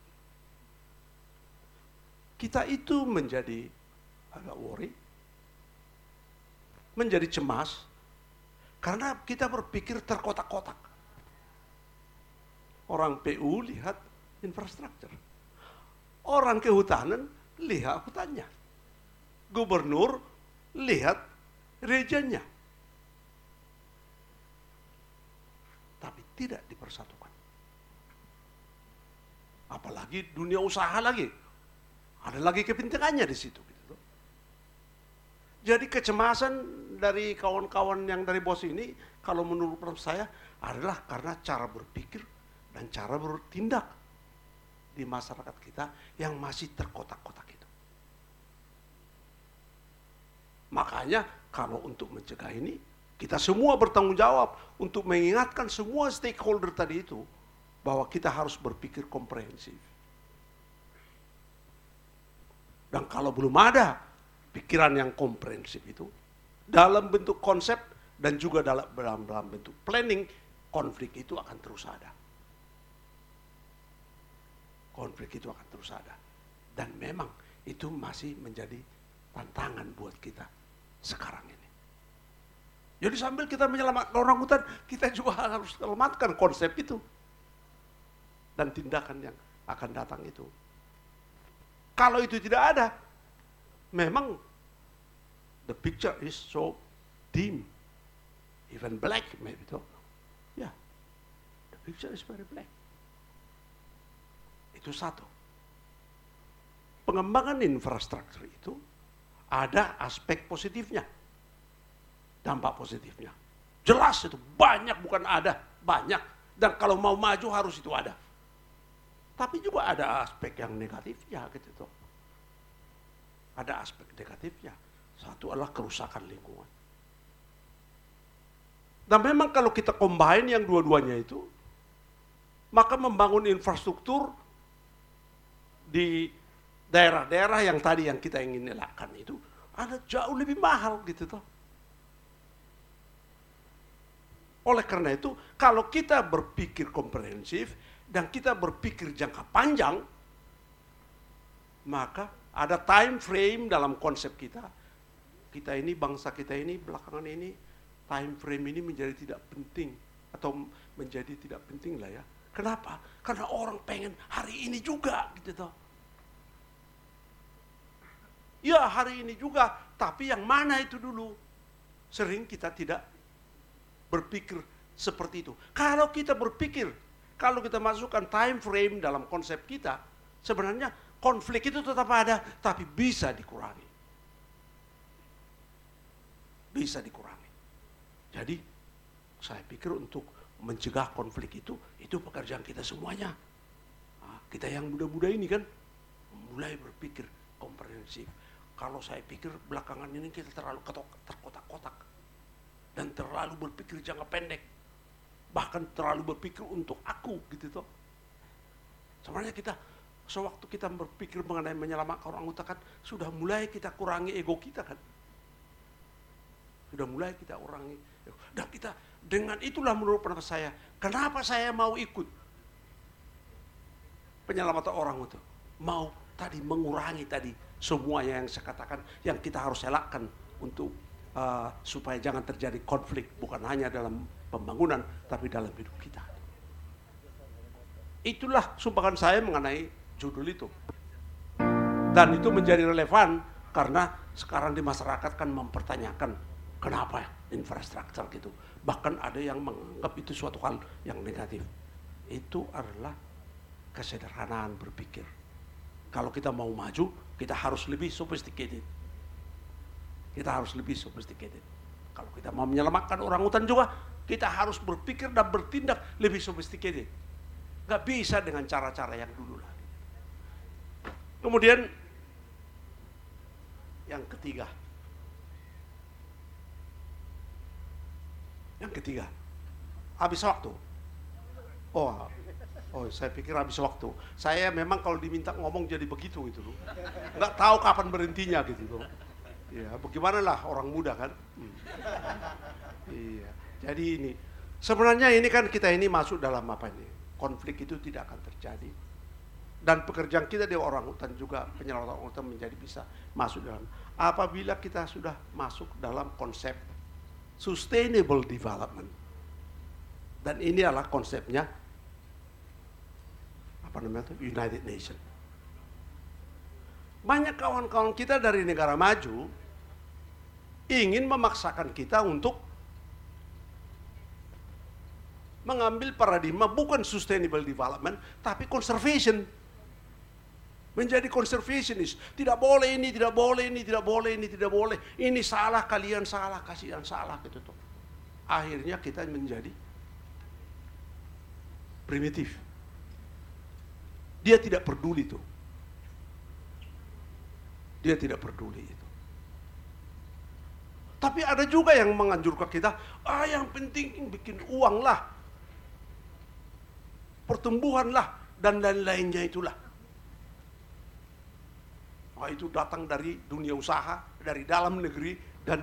Kita itu menjadi agak worry, menjadi cemas, karena kita berpikir terkotak-kotak. Orang P U lihat infrastruktur. Orang kehutanan lihat hutannya. Gubernur lihat regionnya. Tapi tidak dipersatukan. Apalagi dunia usaha lagi. Ada lagi kepentingannya di situ. Gitu. Jadi kecemasan dari kawan-kawan yang dari bos ini, kalau menurut saya adalah karena cara berpikir dan cara bertindak di masyarakat kita yang masih terkotak-kotak itu. Makanya kalau untuk mencegah ini, kita semua bertanggung jawab untuk mengingatkan semua stakeholder tadi itu bahwa kita harus berpikir komprehensif. Dan kalau belum ada pikiran yang komprehensif itu, dalam bentuk konsep dan juga dalam, dalam, dalam bentuk planning, konflik itu akan terus ada. Konflik itu akan terus ada. Dan memang itu masih menjadi tantangan buat kita sekarang ini. Jadi sambil kita menyelamatkan orang hutan, kita juga harus selamatkan konsep itu. Dan tindakan yang akan datang itu. Kalau itu tidak ada, memang the picture is so dim, even black maybe itu. Ya, yeah, the picture is very black. Itu satu. Pengembangan infrastruktur itu ada aspek positifnya, dampak positifnya. Jelas itu banyak, bukan ada, banyak. Dan kalau mau maju harus itu ada. Tapi juga ada aspek yang negatifnya gitu tuh. Ada aspek negatifnya. Satu adalah kerusakan lingkungan. Dan memang kalau kita combine yang dua-duanya itu, maka membangun infrastruktur di daerah-daerah yang tadi yang kita ingin elakkan itu ada jauh lebih mahal gitu tuh. Oleh karena itu, kalau kita berpikir komprehensif dan kita berpikir jangka panjang, maka ada time frame dalam konsep kita. Kita ini, bangsa kita ini, belakangan ini, time frame ini menjadi tidak penting. Atau menjadi tidak penting lah ya. Kenapa? Karena orang pengen hari ini juga gitu toh. Ya hari ini juga, tapi yang mana itu dulu? Sering kita tidak berpikir seperti itu. Kalau kita berpikir, kalau kita masukkan time frame dalam konsep kita, sebenarnya konflik itu tetap ada, tapi bisa dikurangi. Bisa dikurangi. Jadi, saya pikir untuk mencegah konflik itu, itu pekerjaan kita semuanya. Nah, kita yang muda-muda ini kan, mulai berpikir komprehensif. Kalau saya pikir belakangan ini kita terlalu terkotak-kotak. Dan terlalu berpikir jangka pendek. Bahkan terlalu berpikir untuk aku gitu toh. Sebenarnya kita sewaktu kita berpikir mengenai menyelamatkan orang hutan kan sudah mulai kita kurangi ego kita kan. Sudah mulai kita kurangi. Dan kita dengan itulah menurut pendapat saya, kenapa saya mau ikut penyelamatan orang hutan? Mau tadi mengurangi tadi semuanya yang saya katakan yang kita harus elakkan untuk uh, supaya jangan terjadi konflik bukan hanya dalam pembangunan, tapi dalam hidup kita. Itulah sumbangan saya mengenai judul itu. Dan itu menjadi relevan karena sekarang di masyarakat kan mempertanyakan kenapa infrastruktur gitu. Bahkan ada yang menganggap itu suatu hal yang negatif. Itu adalah kesederhanaan berpikir. Kalau kita mau maju, kita harus lebih sophisticated. Kita harus lebih sophisticated. Kalau kita mau menyelamatkan orangutan juga, kita harus berpikir dan bertindak lebih sophisticated. Gak bisa dengan cara-cara yang dulu lagi. Kemudian yang ketiga. Yang ketiga, habis waktu. Oh, oh, saya pikir habis waktu. Saya memang kalau diminta ngomong jadi begitu gitu loh. Nggak tahu kapan berhentinya gitu loh. Ya, bagaimana lah orang muda kan. Hmm. Iya, jadi ini sebenarnya ini kan kita ini masuk dalam apa ini? Konflik itu tidak akan terjadi. Dan pekerjaan kita di orang hutan juga, penyelamatan orang hutan menjadi bisa masuk dalam. Apabila kita sudah masuk dalam konsep sustainable development. Dan ini adalah konsepnya apa namanya itu? United Nations. Banyak kawan-kawan kita dari negara maju ingin memaksakan kita untuk mengambil paradigma bukan sustainable development, tapi conservation. Menjadi conservationist. Tidak boleh ini, tidak boleh ini, tidak boleh ini, tidak boleh. Ini salah, kalian salah, kasihan salah gitu tuh. Akhirnya kita menjadi primitif. Dia tidak peduli tuh. Dia tidak peduli itu. Tapi ada juga yang menganjurkan kita, ah yang penting bikin uang lah, pertumbuhan lah, dan lain-lainnya itulah. Nah, itu datang dari dunia usaha, dari dalam negeri dan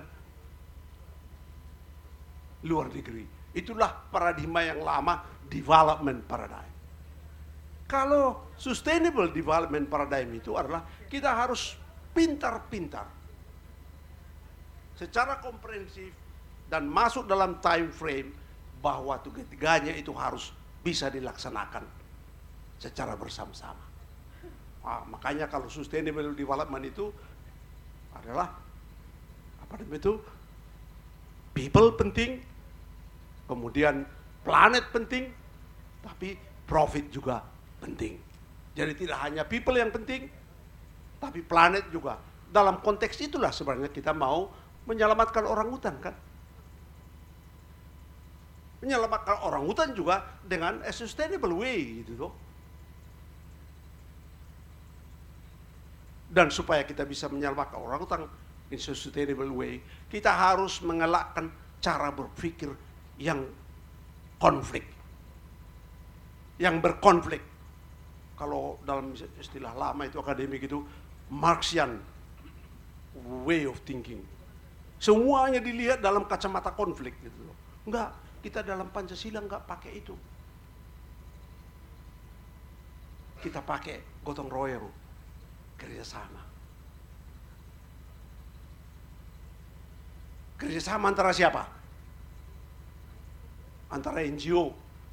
luar negeri. Itulah paradigma yang lama, development paradigm. Kalau sustainable development paradigm itu adalah kita harus pintar-pintar secara komprehensif dan masuk dalam time frame bahwa ketiganya itu harus bisa dilaksanakan secara bersama-sama. Nah, makanya kalau sustainable development itu adalah apa namanya itu, people penting, kemudian planet penting, tapi profit juga penting. Jadi tidak hanya people yang penting, tapi planet juga. Dalam konteks itulah sebenarnya kita mau menyelamatkan orang hutan kan. Menyelamatkan orang hutan juga dengan a sustainable way gitu loh. Dan supaya kita bisa menyelamatkan orang hutan in a sustainable way, kita harus mengelakkan cara berpikir yang konflik. Yang berkonflik. Kalau dalam istilah lama itu akademik itu Marxian way of thinking. Semuanya dilihat dalam kacamata konflik gitu loh. Enggak, kita dalam Pancasila enggak pakai itu. Kita pakai gotong royong, kerjasama. Kerjasama antara siapa? Antara N G O.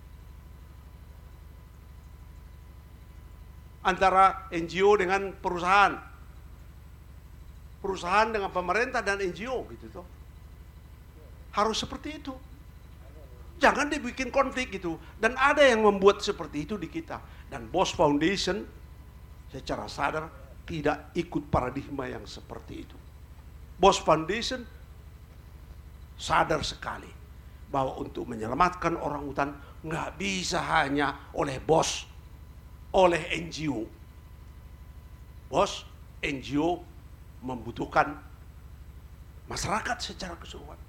Antara N G O dengan perusahaan. Perusahaan dengan pemerintah dan N G O gitu tuh. Harus seperti itu. Jangan dibikin konflik gitu. Dan ada yang membuat seperti itu di kita. Dan Bosch Foundation secara sadar tidak ikut paradigma yang seperti itu. Bosch Foundation sadar sekali bahwa untuk menyelamatkan orang hutan nggak bisa hanya oleh bos, oleh N G O. Bos, N G O membutuhkan masyarakat secara keseluruhan.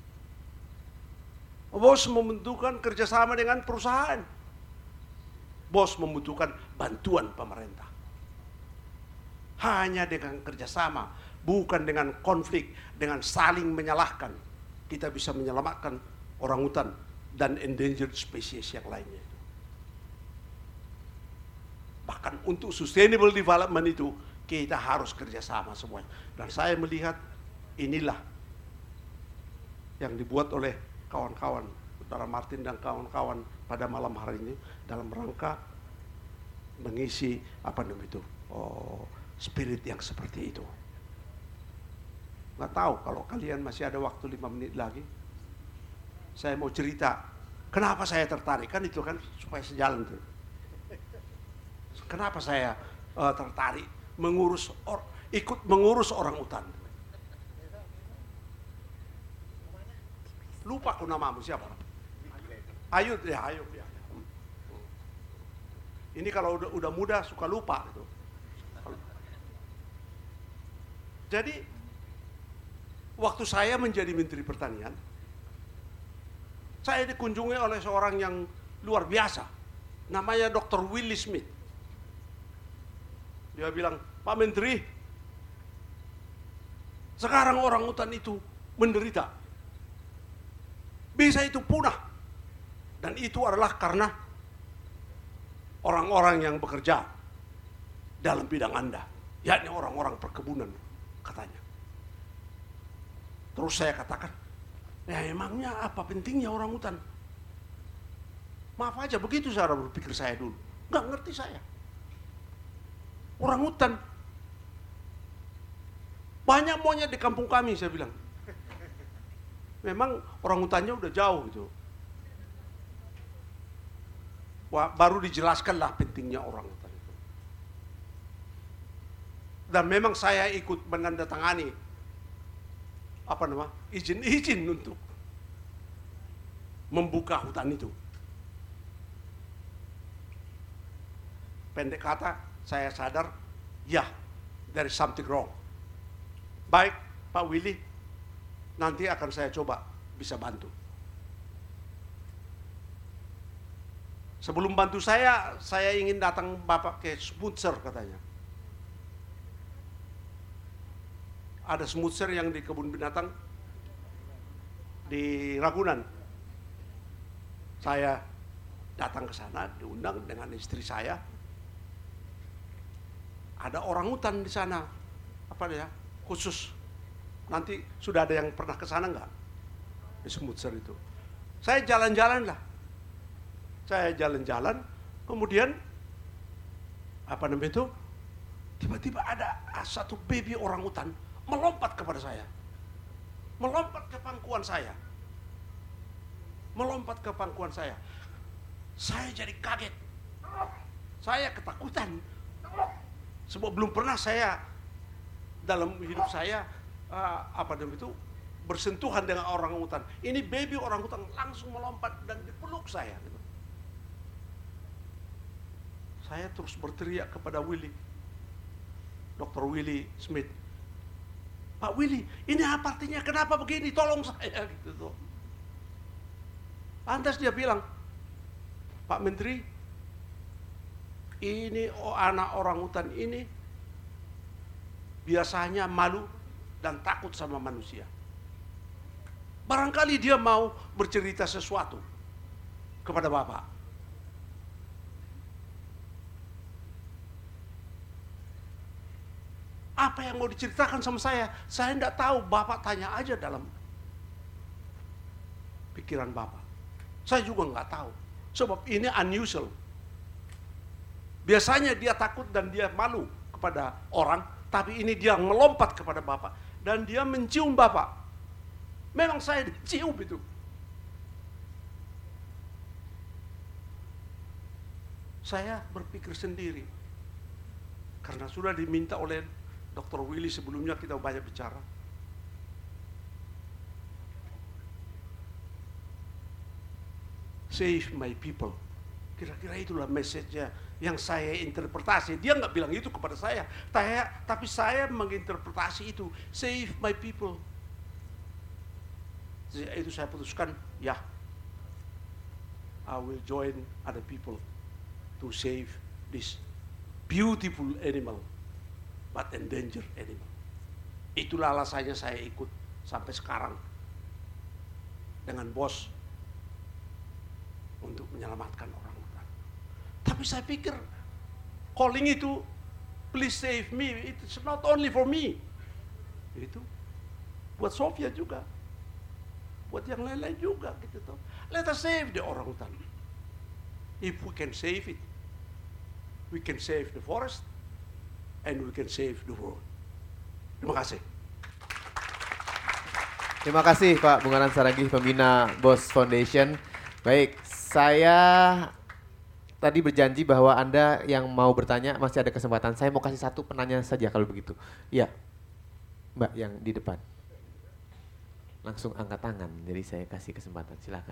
Bos membutuhkan kerjasama dengan perusahaan. Bos membutuhkan bantuan pemerintah. Hanya dengan kerjasama, bukan dengan konflik, dengan saling menyalahkan, kita bisa menyelamatkan orang hutan dan endangered species yang lainnya. Bahkan untuk sustainable development itu, kita harus kerjasama semuanya. Dan saya melihat inilah yang dibuat oleh kawan-kawan, Saudara Martin dan kawan-kawan pada malam hari ini dalam rangka mengisi apa namanya itu, oh, spirit yang seperti itu. Nggak tahu kalau kalian masih ada waktu lima menit lagi, saya mau cerita Kenapa saya tertarik? Kan itu kan supaya sejalan tuh. Kenapa saya uh, tertarik mengurus or, ikut mengurus orang utan? Lupa aku namamu siapa? Ayud ya, Ayub ya. Ini kalau udah, udah muda suka lupa gitu. Jadi waktu saya menjadi Menteri Pertanian, saya dikunjungi oleh seorang yang luar biasa, namanya doktor Willie Smith. Dia bilang, Pak Menteri, sekarang orang hutan itu menderita. Bisa itu punah. Dan itu adalah karena orang-orang yang bekerja dalam bidang Anda, yakni orang-orang perkebunan, katanya. Terus saya katakan, ya emangnya apa pentingnya orang hutan? Maaf aja, begitu cara berpikir saya dulu. Nggak ngerti saya. Orang hutan. Banyak monyet di kampung kami, saya bilang. Memang orang hutannya udah jauh gitu. Wah, baru dijelaskanlah pentingnya orang hutan itu. Dan memang saya ikut menandatangani apa nama izin-izin untuk membuka hutan itu. Pendek kata, saya sadar, ya, there is something wrong. Baik, Pak Willy, nanti akan saya coba bisa bantu. Sebelum bantu saya, saya ingin datang Bapak ke Smutser katanya. Ada Smutser yang di kebun binatang di Ragunan. Saya datang ke sana, diundang dengan istri saya. Ada orang hutan di sana, apa ya, khusus. Nanti sudah ada yang pernah ke sana enggak? Di Smutser itu. Saya jalan-jalan lah. Saya jalan-jalan, kemudian apa namanya itu? Tiba-tiba ada satu baby orang hutan melompat kepada saya. Melompat ke pangkuan saya. Melompat ke pangkuan saya. Saya jadi kaget. Saya ketakutan. Sebab belum pernah saya dalam hidup saya uh, apa namanya itu bersentuhan dengan orang hutan. Ini baby orang hutan langsung melompat dan dipeluk saya. Gitu. Saya terus berteriak kepada Willy, dokter Willie Smith. Pak Willy, ini apa artinya? Kenapa begini? Tolong saya. Gitu tuh. Lantas dia bilang, Pak Menteri, ini oh, anak orang hutan ini biasanya malu dan takut sama manusia. Barangkali dia mau bercerita sesuatu kepada Bapak. Apa yang mau diceritakan sama saya? Saya tidak tahu, Bapak tanya aja dalam pikiran Bapak. Saya juga nggak tahu. Sebab ini unusual. Biasanya dia takut dan dia malu kepada orang, tapi ini dia melompat kepada Bapak. Dan dia mencium Bapak. Memang saya dicium itu. Saya berpikir sendiri. Karena sudah diminta oleh dokter Willy sebelumnya kita banyak bicara. Save my people. Kira-kira itulah message-nya yang saya interpretasi. Dia nggak bilang itu kepada saya. Saya, tapi saya menginterpretasi itu. Save my people. Jadi itu saya putuskan, ya. I will join other people to save this beautiful animal, but endangered animal. Itulah alasannya saya ikut sampai sekarang dengan bos untuk menyelamatkan orang hutan. Tapi saya pikir calling itu please save me, it's not only for me. Itu buat Sofia juga, buat yang lain-lain juga gitu toh. Let us save the orang hutan. If we can save it, we can save the forest and we can save the world. Terima kasih. Terima kasih Pak Bungaran Saragih, pembina B O S Foundation. Baik, saya tadi berjanji bahwa Anda yang mau bertanya masih ada kesempatan. Saya mau kasih satu penanya saja kalau begitu. Iya, Mbak yang di depan. Langsung angkat tangan, jadi saya kasih kesempatan, silakan.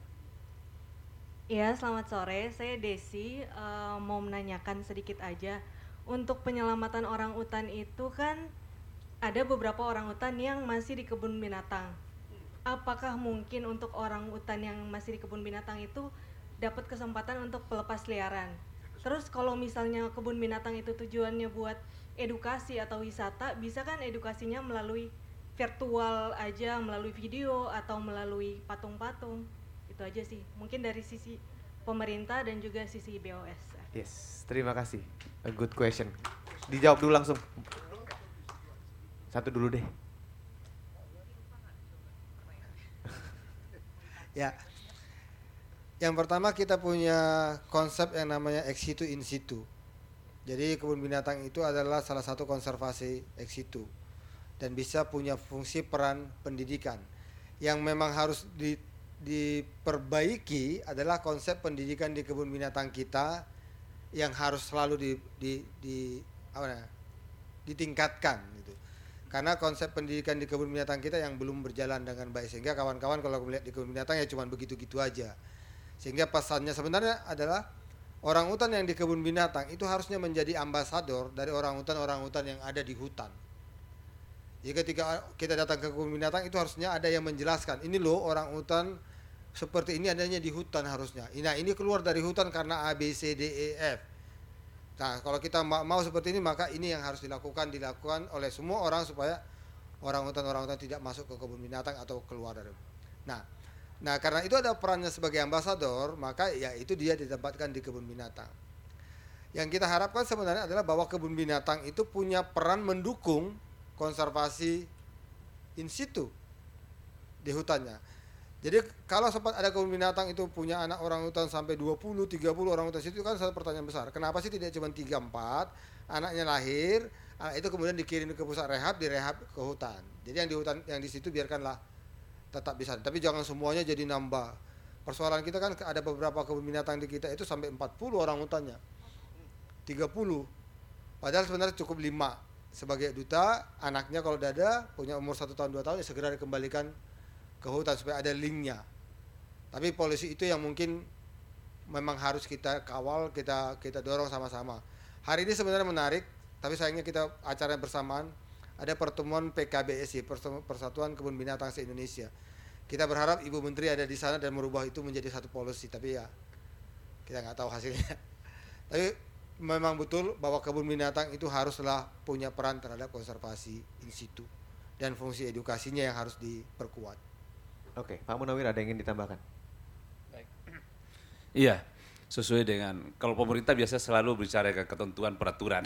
Ya, selamat sore. Saya Desi, uh, mau menanyakan sedikit aja. Untuk penyelamatan orang utan itu kan ada beberapa orang utan yang masih di kebun binatang. Apakah mungkin untuk orang utan yang masih di kebun binatang itu dapat kesempatan untuk pelepas liaran? Terus kalau misalnya kebun binatang itu tujuannya buat edukasi atau wisata, bisa kan edukasinya melalui virtual aja, melalui video atau melalui patung-patung? Itu aja sih, mungkin dari sisi pemerintah dan juga sisi B O S. Yes, terima kasih. A good question. Dijawab dulu langsung. Satu dulu deh. Ya, yang pertama kita punya konsep yang namanya ex situ in situ. Jadi kebun binatang itu adalah salah satu konservasi ex situ dan bisa punya fungsi peran pendidikan. Yang memang harus di, diperbaiki adalah konsep pendidikan di kebun binatang kita yang harus selalu di, di, di apa namanya, ditingkatkan gitu. Karena konsep pendidikan di kebun binatang kita yang belum berjalan dengan baik, sehingga kawan-kawan kalau melihat di kebun binatang ya cuma begitu-gitu aja. Sehingga pesannya sebenarnya adalah orang hutan yang di kebun binatang itu harusnya menjadi ambasador dari orang hutan-orang hutan yang ada di hutan. Jadi ketika kita datang ke kebun binatang itu harusnya ada yang menjelaskan, ini loh orang hutan seperti ini adanya di hutan harusnya. Nah, ini keluar dari hutan karena A, B, C, D, E, F. Nah, kalau kita mau seperti ini, maka ini yang harus dilakukan dilakukan oleh semua orang supaya orang hutan-orang hutan tidak masuk ke kebun binatang atau keluar dari. Nah, nah karena itu ada perannya sebagai ambasador, maka ya itu dia ditempatkan di kebun binatang. Yang kita harapkan sebenarnya adalah bahwa kebun binatang itu punya peran mendukung konservasi in situ di hutannya. Jadi kalau sempat ada kebun binatang itu punya anak orang hutan sampai dua puluh, tiga puluh orang hutan, itu kan satu pertanyaan besar. Kenapa sih tidak cuma tiga empat, anaknya lahir, anak itu kemudian dikirim ke pusat rehab, direhab ke hutan. Jadi yang di hutan yang di situ biarkanlah tetap bisa. Tapi jangan semuanya jadi nambah. Persoalan kita kan ada beberapa kebun binatang di kita itu sampai empat puluh orang hutannya. tiga puluh. Padahal sebenarnya cukup lima. Sebagai duta, anaknya kalau udah ada, punya umur satu tahun, dua tahun, ya segera dikembalikan ke hutan supaya ada linknya. Tapi polisi itu yang mungkin memang harus kita kawal, kita kita dorong sama-sama. Hari ini sebenarnya menarik, tapi sayangnya kita acara bersamaan ada pertemuan P K B S I, Persatuan Kebun Binatang se-Indonesia. Kita berharap Ibu Menteri ada di sana dan merubah itu menjadi satu polisi, tapi ya kita nggak tahu hasilnya. Tapi memang betul bahwa kebun binatang itu haruslah punya peran terhadap konservasi in situ dan fungsi edukasinya yang harus diperkuat. Oke, Pak Munawir ada yang ingin ditambahkan? Baik. Iya, sesuai dengan, kalau pemerintah biasa selalu bicara ke ketentuan peraturan.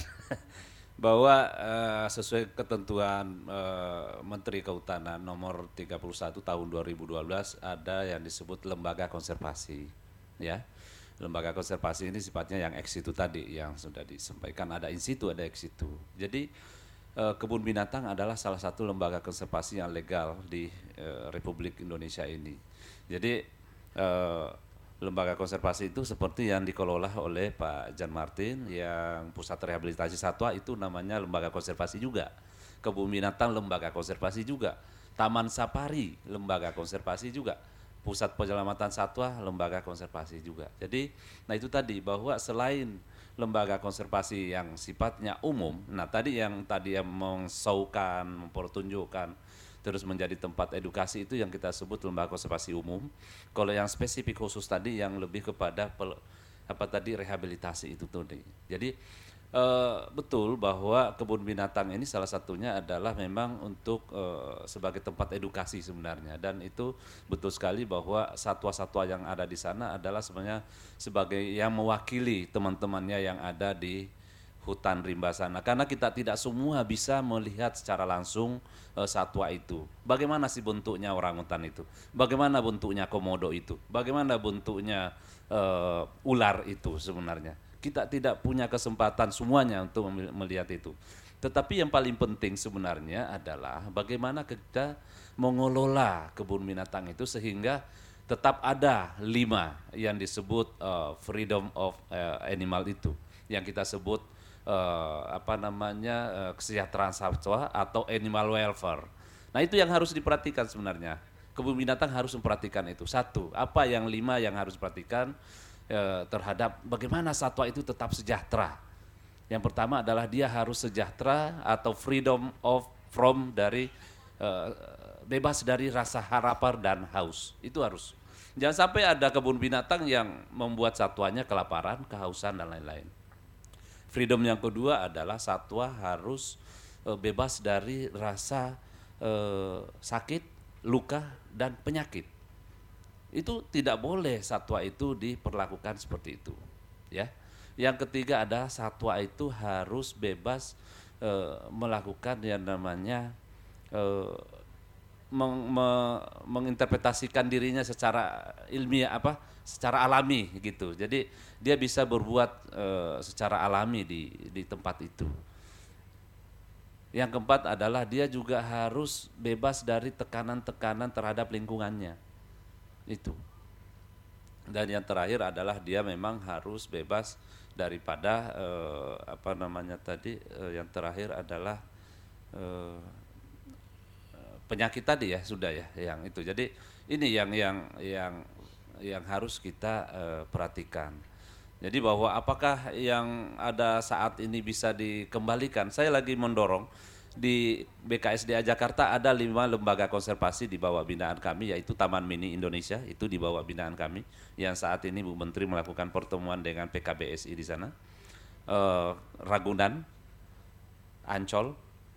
Bahwa uh, sesuai ketentuan uh, Menteri Kehutanan nomor tiga puluh satu tahun dua ribu dua belas ada yang disebut lembaga konservasi. Ya, lembaga konservasi ini sifatnya yang ex situ tadi, yang sudah disampaikan, ada in situ, ada ex situ. Jadi kebun binatang adalah salah satu lembaga konservasi yang legal di uh, Republik Indonesia ini. Jadi uh, lembaga konservasi itu seperti yang dikelola oleh Pak Jan Martin, yang pusat rehabilitasi satwa itu namanya lembaga konservasi juga. Kebun binatang lembaga konservasi juga. Taman safari lembaga konservasi juga. Pusat penyelamatan satwa lembaga konservasi juga. Jadi nah itu tadi bahwa selain lembaga konservasi yang sifatnya umum, nah tadi yang tadi yang mensaukan, mempertunjukkan, terus menjadi tempat edukasi itu yang kita sebut lembaga konservasi umum. Kalau yang spesifik khusus tadi yang lebih kepada pel, apa tadi rehabilitasi itu tadi. Jadi eh, betul bahwa kebun binatang ini salah satunya adalah memang untuk eh, sebagai tempat edukasi sebenarnya, dan itu betul sekali bahwa satwa-satwa yang ada di sana adalah sebenarnya sebagai yang mewakili teman-temannya yang ada di hutan rimba sana, karena kita tidak semua bisa melihat secara langsung uh, satwa itu. Bagaimana sih bentuknya orangutan itu? Bagaimana bentuknya komodo itu? Bagaimana bentuknya uh, ular itu sebenarnya? Kita tidak punya kesempatan semuanya untuk melihat itu. Tetapi yang paling penting sebenarnya adalah bagaimana kita mengelola kebun binatang itu sehingga tetap ada lima yang disebut uh, freedom of uh, animal itu, yang kita sebut uh, apa namanya uh, kesejahteraan satwa atau animal welfare. Nah itu yang harus diperhatikan sebenarnya. Kebun binatang harus memperhatikan itu. Satu, apa yang lima yang harus diperhatikan uh, terhadap bagaimana satwa itu tetap sejahtera. Yang pertama adalah dia harus sejahtera atau freedom of from dari uh, bebas dari rasa lapar dan haus. Itu harus. Jangan sampai ada kebun binatang yang membuat satwanya kelaparan, kehausan dan lain-lain. Freedom yang kedua adalah satwa harus uh, bebas dari rasa uh, sakit, luka dan penyakit. Itu tidak boleh satwa itu diperlakukan seperti itu, ya. Yang ketiga adalah satwa itu harus bebas uh, melakukan yang namanya uh, Meng, me, menginterpretasikan dirinya secara ilmiah apa secara alami gitu. Jadi dia bisa berbuat e, secara alami di di tempat itu. Yang keempat adalah dia juga harus bebas dari tekanan-tekanan terhadap lingkungannya. Itu. Dan yang terakhir adalah dia memang harus bebas daripada e, apa namanya tadi e, yang terakhir adalah e, penyakit tadi ya sudah ya yang itu. Jadi ini yang yang yang yang harus kita uh, perhatikan. Jadi bahwa apakah yang ada saat ini bisa dikembalikan? Saya lagi mendorong di B K S D A Jakarta ada lima lembaga konservasi di bawah binaan kami, yaitu Taman Mini Indonesia itu di bawah binaan kami yang saat ini Bu Menteri melakukan pertemuan dengan P K B S I di sana. Uh, Ragunan, Ancol,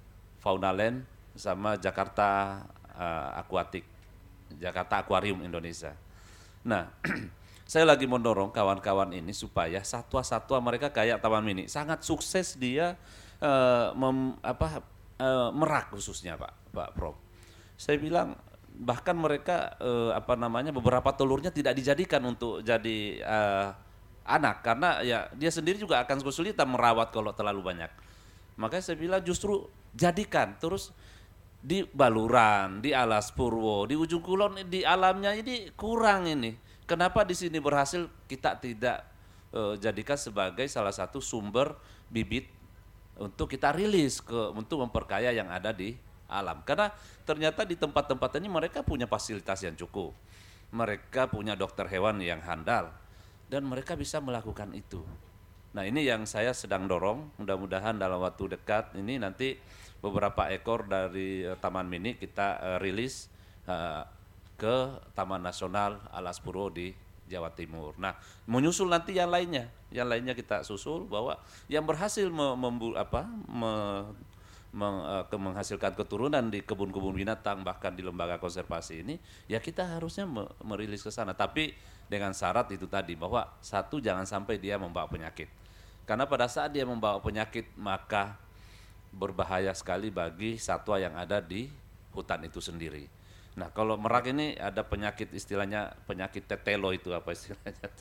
Faunaland sama Jakarta uh, Aquatic, Jakarta Aquarium Indonesia. Nah, saya lagi mendorong kawan-kawan ini supaya satwa-satwa mereka kayak Taman Mini sangat sukses dia uh, mem, apa, uh, merak khususnya Pak, Pak Prof. Saya bilang bahkan mereka uh, apa namanya beberapa telurnya tidak dijadikan untuk jadi uh, anak karena ya dia sendiri juga akan kesulitan merawat kalau terlalu banyak. Makanya saya bilang justru jadikan terus di Baluran, di Alas Purwo, di Ujung Kulon, di alamnya ini kurang ini. Kenapa di sini berhasil kita tidak uh, jadikan sebagai salah satu sumber bibit untuk kita rilis ke untuk memperkaya yang ada di alam. Karena ternyata di tempat-tempat ini mereka punya fasilitas yang cukup. Mereka punya dokter hewan yang handal dan mereka bisa melakukan itu. Nah, ini yang saya sedang dorong, mudah-mudahan dalam waktu dekat ini nanti beberapa ekor dari uh, Taman Mini kita uh, rilis uh, ke Taman Nasional Alas Purwo di Jawa Timur. Nah, menyusul nanti yang lainnya, yang lainnya kita susul bahwa yang berhasil me, membu, apa, me, meng, uh, ke, menghasilkan keturunan di kebun-kebun binatang bahkan di lembaga konservasi ini, ya kita harusnya me, merilis ke sana. Tapi dengan syarat itu tadi bahwa satu jangan sampai dia membawa penyakit. Karena pada saat dia membawa penyakit maka berbahaya sekali bagi satwa yang ada di hutan itu sendiri. Nah, kalau merak ini ada penyakit istilahnya penyakit tetelo itu apa istilahnya?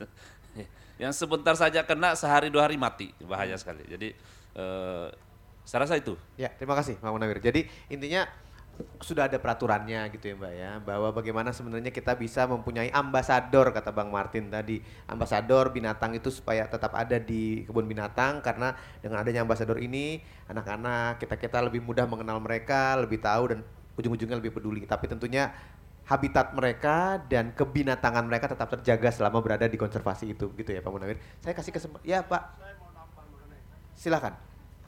Yang sebentar saja kena sehari dua hari mati, bahaya sekali. Jadi eh, saya rasa itu. Ya, terima kasih Pak Munawir. Jadi intinya sudah ada peraturannya gitu ya Mbak ya, bahwa bagaimana sebenarnya kita bisa mempunyai ambasador kata Bang Martin tadi, ambasador binatang itu supaya tetap ada di kebun binatang karena dengan adanya ambasador ini anak-anak kita-kita lebih mudah mengenal mereka, lebih tahu dan ujung-ujungnya lebih peduli. Tapi tentunya habitat mereka dan kebinatangan mereka tetap terjaga selama berada di konservasi itu gitu ya Pak Munawir. Saya kasih kesempatan. Ya Pak. Silakan.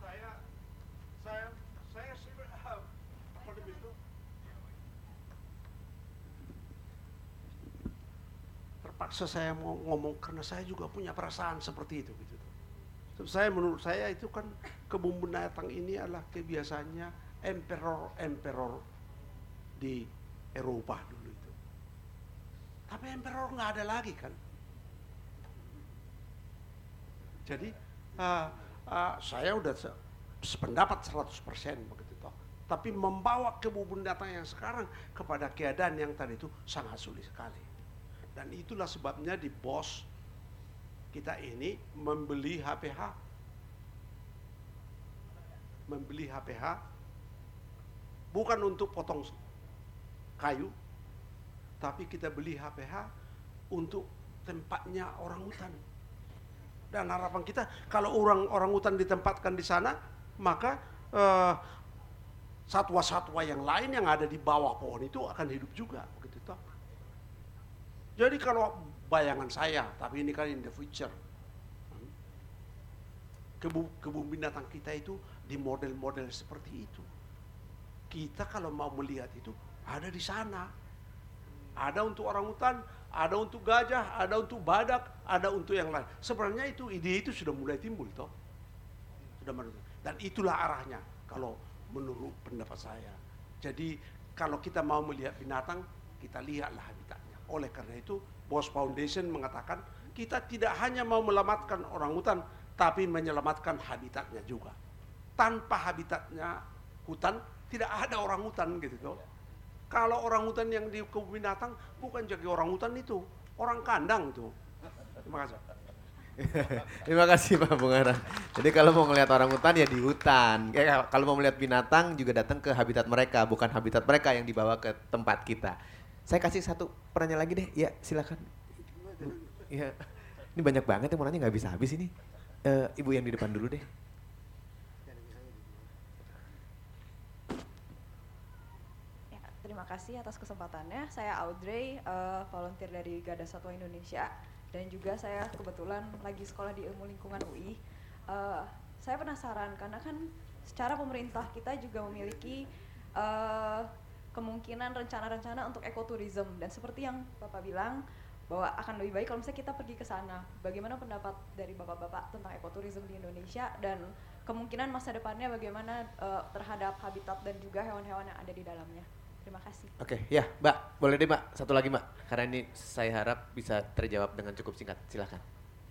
Terpaksa saya mau ngomong karena saya juga punya perasaan seperti itu gitu. Saya menurut saya itu kan kebun binatang ini adalah kebiasaannya emperor-emperor di Eropa dulu itu. Tapi emperor nggak ada lagi kan. Jadi uh, uh, saya udah se sependapat seratus persen begitu toh. Tapi membawa kebun binatang yang sekarang kepada keadaan yang tadi itu sangat sulit sekali. Dan itulah sebabnya di B O S kita ini membeli H P H. Membeli H P H bukan untuk potong kayu, tapi kita beli H P H untuk tempatnya orang hutan. Dan harapan kita kalau orang-orang hutan ditempatkan di sana, maka uh, satwa-satwa yang lain yang ada di bawah pohon itu akan hidup juga, begitu toh. Jadi kalau bayangan saya, tapi ini kan in the future, kebun, kebun binatang kita itu di model-model seperti itu. Kita kalau mau melihat itu ada di sana. Ada untuk orang hutan, ada untuk gajah, ada untuk badak, ada untuk yang lain. Sebenarnya itu ide itu sudah mulai timbul toh. Sudah mulai. Dan itulah arahnya kalau menurut pendapat saya. Jadi kalau kita mau melihat binatang, kita lihatlah habitatnya. Oleh karena itu, Bos Foundation mengatakan kita tidak hanya mau menyelamatkan orang hutan, tapi menyelamatkan habitatnya juga. Tanpa habitatnya hutan, tidak ada orang hutan gitu toh. Kalau orang hutan yang di kebun binatang bukan jadi orang hutan itu, orang kandang tuh. Terima kasih. Terima kasih Pak Bungaran. Jadi kalau mau melihat orang hutan ya di hutan. Kayak kalau mau melihat binatang juga datang ke habitat mereka, bukan habitat mereka yang dibawa ke tempat kita. Saya kasih satu pertanyaan lagi deh. Ya silakan. Ya, ini banyak banget yang mau nanya nggak bisa habis ini. Uh, Ibu yang di depan dulu deh. Ya, terima kasih atas kesempatannya. Saya Audrey, uh, volunteer dari Garda Satwa Indonesia. Dan juga saya kebetulan lagi sekolah di Ilmu Lingkungan U I. Uh, saya penasaran karena kan secara pemerintah kita juga memiliki uh, kemungkinan rencana-rencana untuk ekoturism, dan seperti yang Bapak bilang bahwa akan lebih baik kalau misalnya kita pergi ke sana. Bagaimana pendapat dari Bapak-bapak tentang ekoturism di Indonesia dan kemungkinan masa depannya bagaimana uh, terhadap habitat dan juga hewan-hewan yang ada di dalamnya? Terima kasih. Oke, ya Mbak, boleh deh Mbak, satu lagi Mbak, karena ini saya harap bisa terjawab dengan cukup singkat, silakan.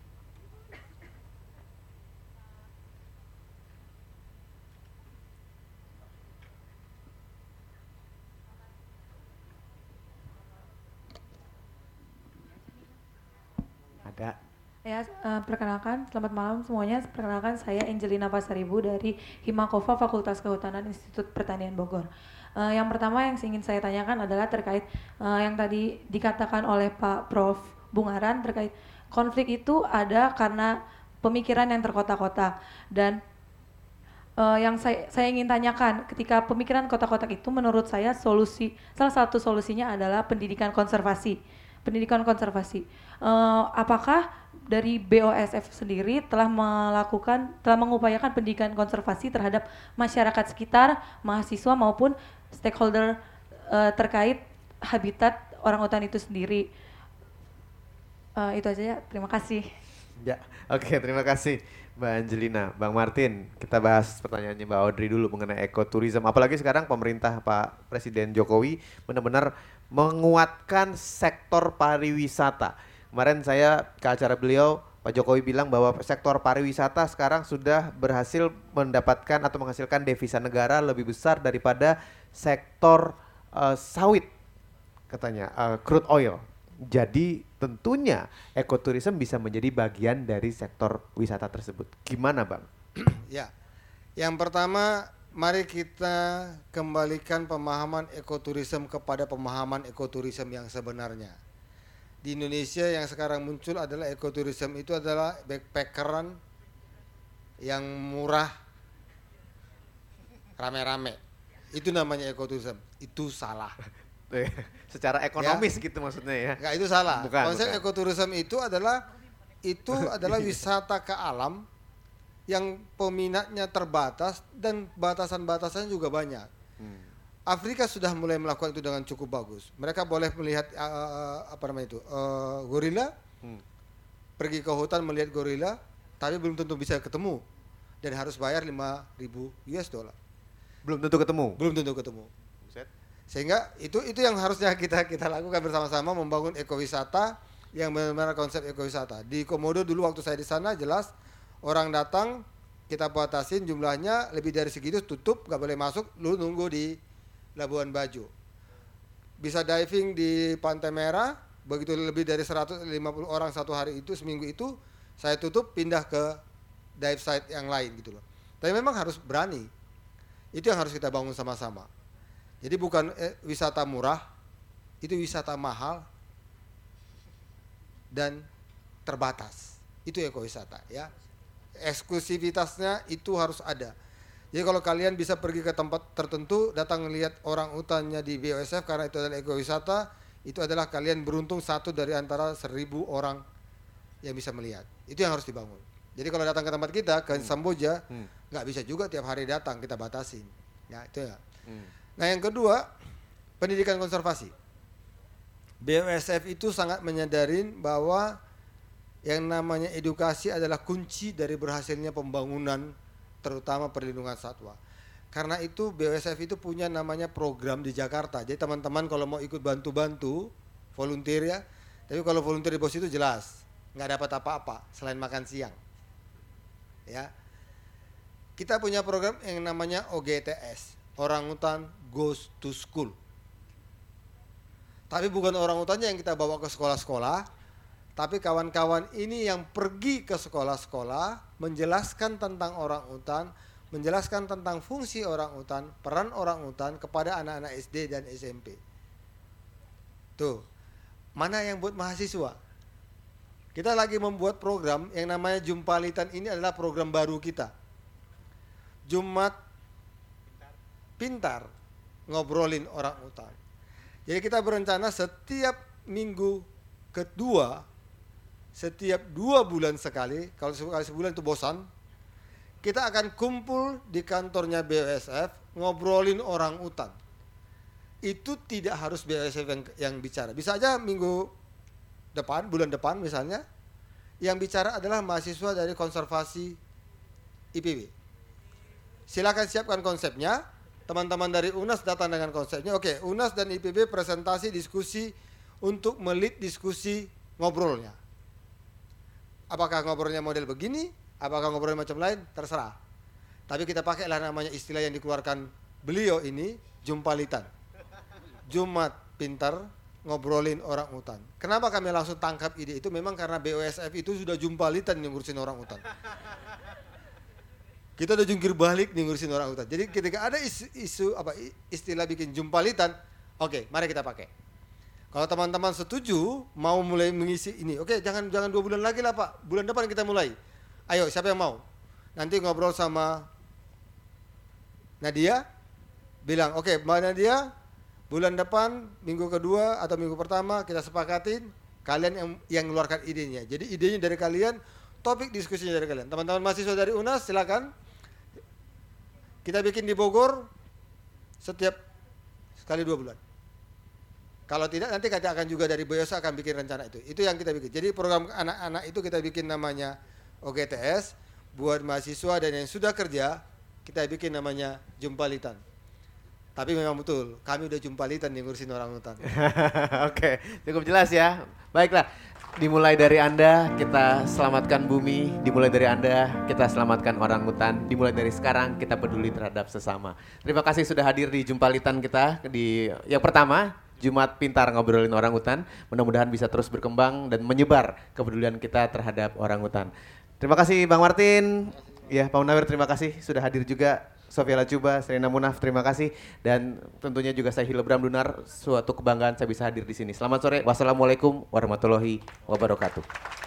Ada. Ya, uh, perkenalkan, selamat malam semuanya. Perkenalkan, saya Angelina Pasaribu dari Himakova Fakultas Kehutanan Institut Pertanian Bogor. Uh, yang pertama yang ingin saya tanyakan adalah terkait uh, yang tadi dikatakan oleh Pak Prof Bungaran terkait konflik itu ada karena pemikiran yang terkotak-kotak, dan uh, yang saya, saya ingin tanyakan ketika pemikiran kotak-kotak itu menurut saya solusi salah satu solusinya adalah pendidikan konservasi. Pendidikan konservasi. Uh, apakah dari B O S F sendiri telah melakukan, telah mengupayakan pendidikan konservasi terhadap masyarakat sekitar, mahasiswa maupun stakeholder uh, terkait habitat orang hutan itu sendiri? Uh, itu aja ya, terima kasih. Ya, oke, okay, terima kasih Mbak Angelina. Bang Martin, kita bahas pertanyaannya Mbak Audrey dulu mengenai ekoturism. Apalagi sekarang pemerintah Pak Presiden Jokowi benar-benar menguatkan sektor pariwisata. Kemarin saya ke acara beliau, Pak Jokowi bilang bahwa sektor pariwisata sekarang sudah berhasil mendapatkan atau menghasilkan devisa negara lebih besar daripada sektor uh, sawit, katanya, uh, crude oil. Jadi tentunya ekoturism bisa menjadi bagian dari sektor wisata tersebut. Gimana Bang? Ya, yang pertama mari kita kembalikan pemahaman ekoturism kepada pemahaman ekoturism yang sebenarnya. Di Indonesia yang sekarang muncul adalah ekoturism itu adalah backpackeran yang murah, rame-rame. Itu namanya ekoturism. Itu salah. Secara ekonomis ya, gitu maksudnya ya? Enggak, itu salah. Bukan, Konsep bukan. ekoturism itu adalah itu adalah wisata ke alam yang peminatnya terbatas dan batasan-batasannya juga banyak. Hmm. Afrika sudah mulai melakukan itu dengan cukup bagus. Mereka boleh melihat uh, apa namanya itu uh, gorila, hmm. pergi ke hutan melihat gorila, tapi belum tentu bisa ketemu dan harus bayar lima ribu U S dollar. Belum tentu ketemu. Belum tentu ketemu. Sehingga itu itu yang harusnya kita kita lakukan bersama-sama, membangun ekowisata yang benar-benar konsep ekowisata. Di Komodo dulu waktu saya di sana jelas orang datang kita batasin jumlahnya lebih dari segitu tutup, nggak boleh masuk, lu nunggu di Labuan Bajo. Bisa diving di Pantai Merah, begitu lebih dari seratus lima puluh orang satu hari itu, seminggu itu saya tutup pindah ke dive site yang lain gitu loh. Tapi memang harus berani. Itu yang harus kita bangun sama-sama. Jadi bukan eh, wisata murah itu wisata mahal dan terbatas. Itu ekowisata ya. Eksklusivitasnya itu harus ada. Jadi kalau kalian bisa pergi ke tempat tertentu, datang lihat orang utannya di B O S F karena itu adalah ekowisata, itu adalah kalian beruntung satu dari antara seribu orang yang bisa melihat. Itu yang harus dibangun. Jadi kalau datang ke tempat kita, ke hmm. Samboja, nggak hmm. bisa juga tiap hari datang, kita batasin. Ya itu ya. Hmm. Nah yang kedua, pendidikan konservasi. B O S F itu sangat menyadarin bahwa yang namanya edukasi adalah kunci dari berhasilnya pembangunan, terutama perlindungan satwa. Karena itu B O S F itu punya namanya program di Jakarta. Jadi teman-teman kalau mau ikut bantu-bantu, volunteer ya. Tapi kalau volunteer di bos itu jelas, nggak dapat apa-apa selain makan siang. Ya, kita punya program yang namanya O G T S, Orangutan Goes to School. Tapi bukan orangutannya yang kita bawa ke sekolah-sekolah, tapi kawan-kawan ini yang pergi ke sekolah-sekolah menjelaskan tentang orangutan, menjelaskan tentang fungsi orangutan, peran orangutan kepada anak-anak S D dan S M P. Tuh, mana yang buat mahasiswa? Kita lagi membuat program yang namanya Jumpalitan. Ini adalah program baru kita. Jumat Pintar ngobrolin orangutan. Jadi kita berencana setiap minggu kedua, setiap dua bulan sekali, kalau sekali sebulan itu bosan, kita akan kumpul di kantornya B O S F ngobrolin orangutan. Itu tidak harus B O S F yang, yang bicara. Bisa aja minggu depan, bulan depan misalnya, yang bicara adalah mahasiswa dari konservasi I P B. Silakan siapkan konsepnya, teman-teman dari U N A S datang dengan konsepnya. Oke, U N A S dan I P B presentasi diskusi untuk melit diskusi ngobrolnya. Apakah ngobrolnya model begini, apakah ngobrolnya macam lain, terserah. Tapi kita pakailah namanya istilah yang dikeluarkan beliau ini, Jumpalitan. Jumat Pintar ngobrolin orangutan. Kenapa kami langsung tangkap ide itu? Memang karena B O S F itu sudah Jumpalitan yang ngurusin orangutan. Kita udah jungkir balik nih ngurusin orangutan. Jadi ketika ada isu, isu apa istilah bikin Jumpalitan, oke, okay, mari kita pakai. Kalau teman-teman setuju mau mulai mengisi ini, oke, okay, jangan jangan dua bulan lagi lah Pak. Bulan depan kita mulai. Ayo, siapa yang mau? Nanti ngobrol sama Nadia, bilang, oke, okay, Mbak Nadia, bulan depan minggu kedua atau minggu pertama kita sepakatin kalian yang yang mengeluarkan idenya. Jadi idenya dari kalian, topik diskusinya dari kalian. Teman-teman mahasiswa dari U N A S silakan. Kita bikin di Bogor setiap sekali dua bulan. Kalau tidak nanti kita akan juga dari B O S akan bikin rencana itu. Itu yang kita bikin. Jadi program anak-anak itu kita bikin namanya O G T S. Buat mahasiswa dan yang sudah kerja kita bikin namanya Jumpalitan. Tapi memang betul, kami udah Jumpalitan nih ngurusin orangutan. Oke, cukup jelas ya. Baiklah, dimulai dari Anda kita selamatkan bumi, dimulai dari Anda kita selamatkan orangutan, dimulai dari sekarang kita peduli terhadap sesama. Terima kasih sudah hadir di Jumpalitan kita di yang pertama, Jumat Pintar ngobrolin orangutan. Mudah-mudahan bisa terus berkembang dan menyebar kepedulian kita terhadap orangutan. Terima kasih Bang Martin. Ya, Pak Munawir terima kasih sudah hadir juga. Sofia Lacuba, Serena Munaf, terima kasih. Dan tentunya juga saya Hilbram Dunar, suatu kebanggaan saya bisa hadir di sini. Selamat sore, wassalamualaikum warahmatullahi wabarakatuh.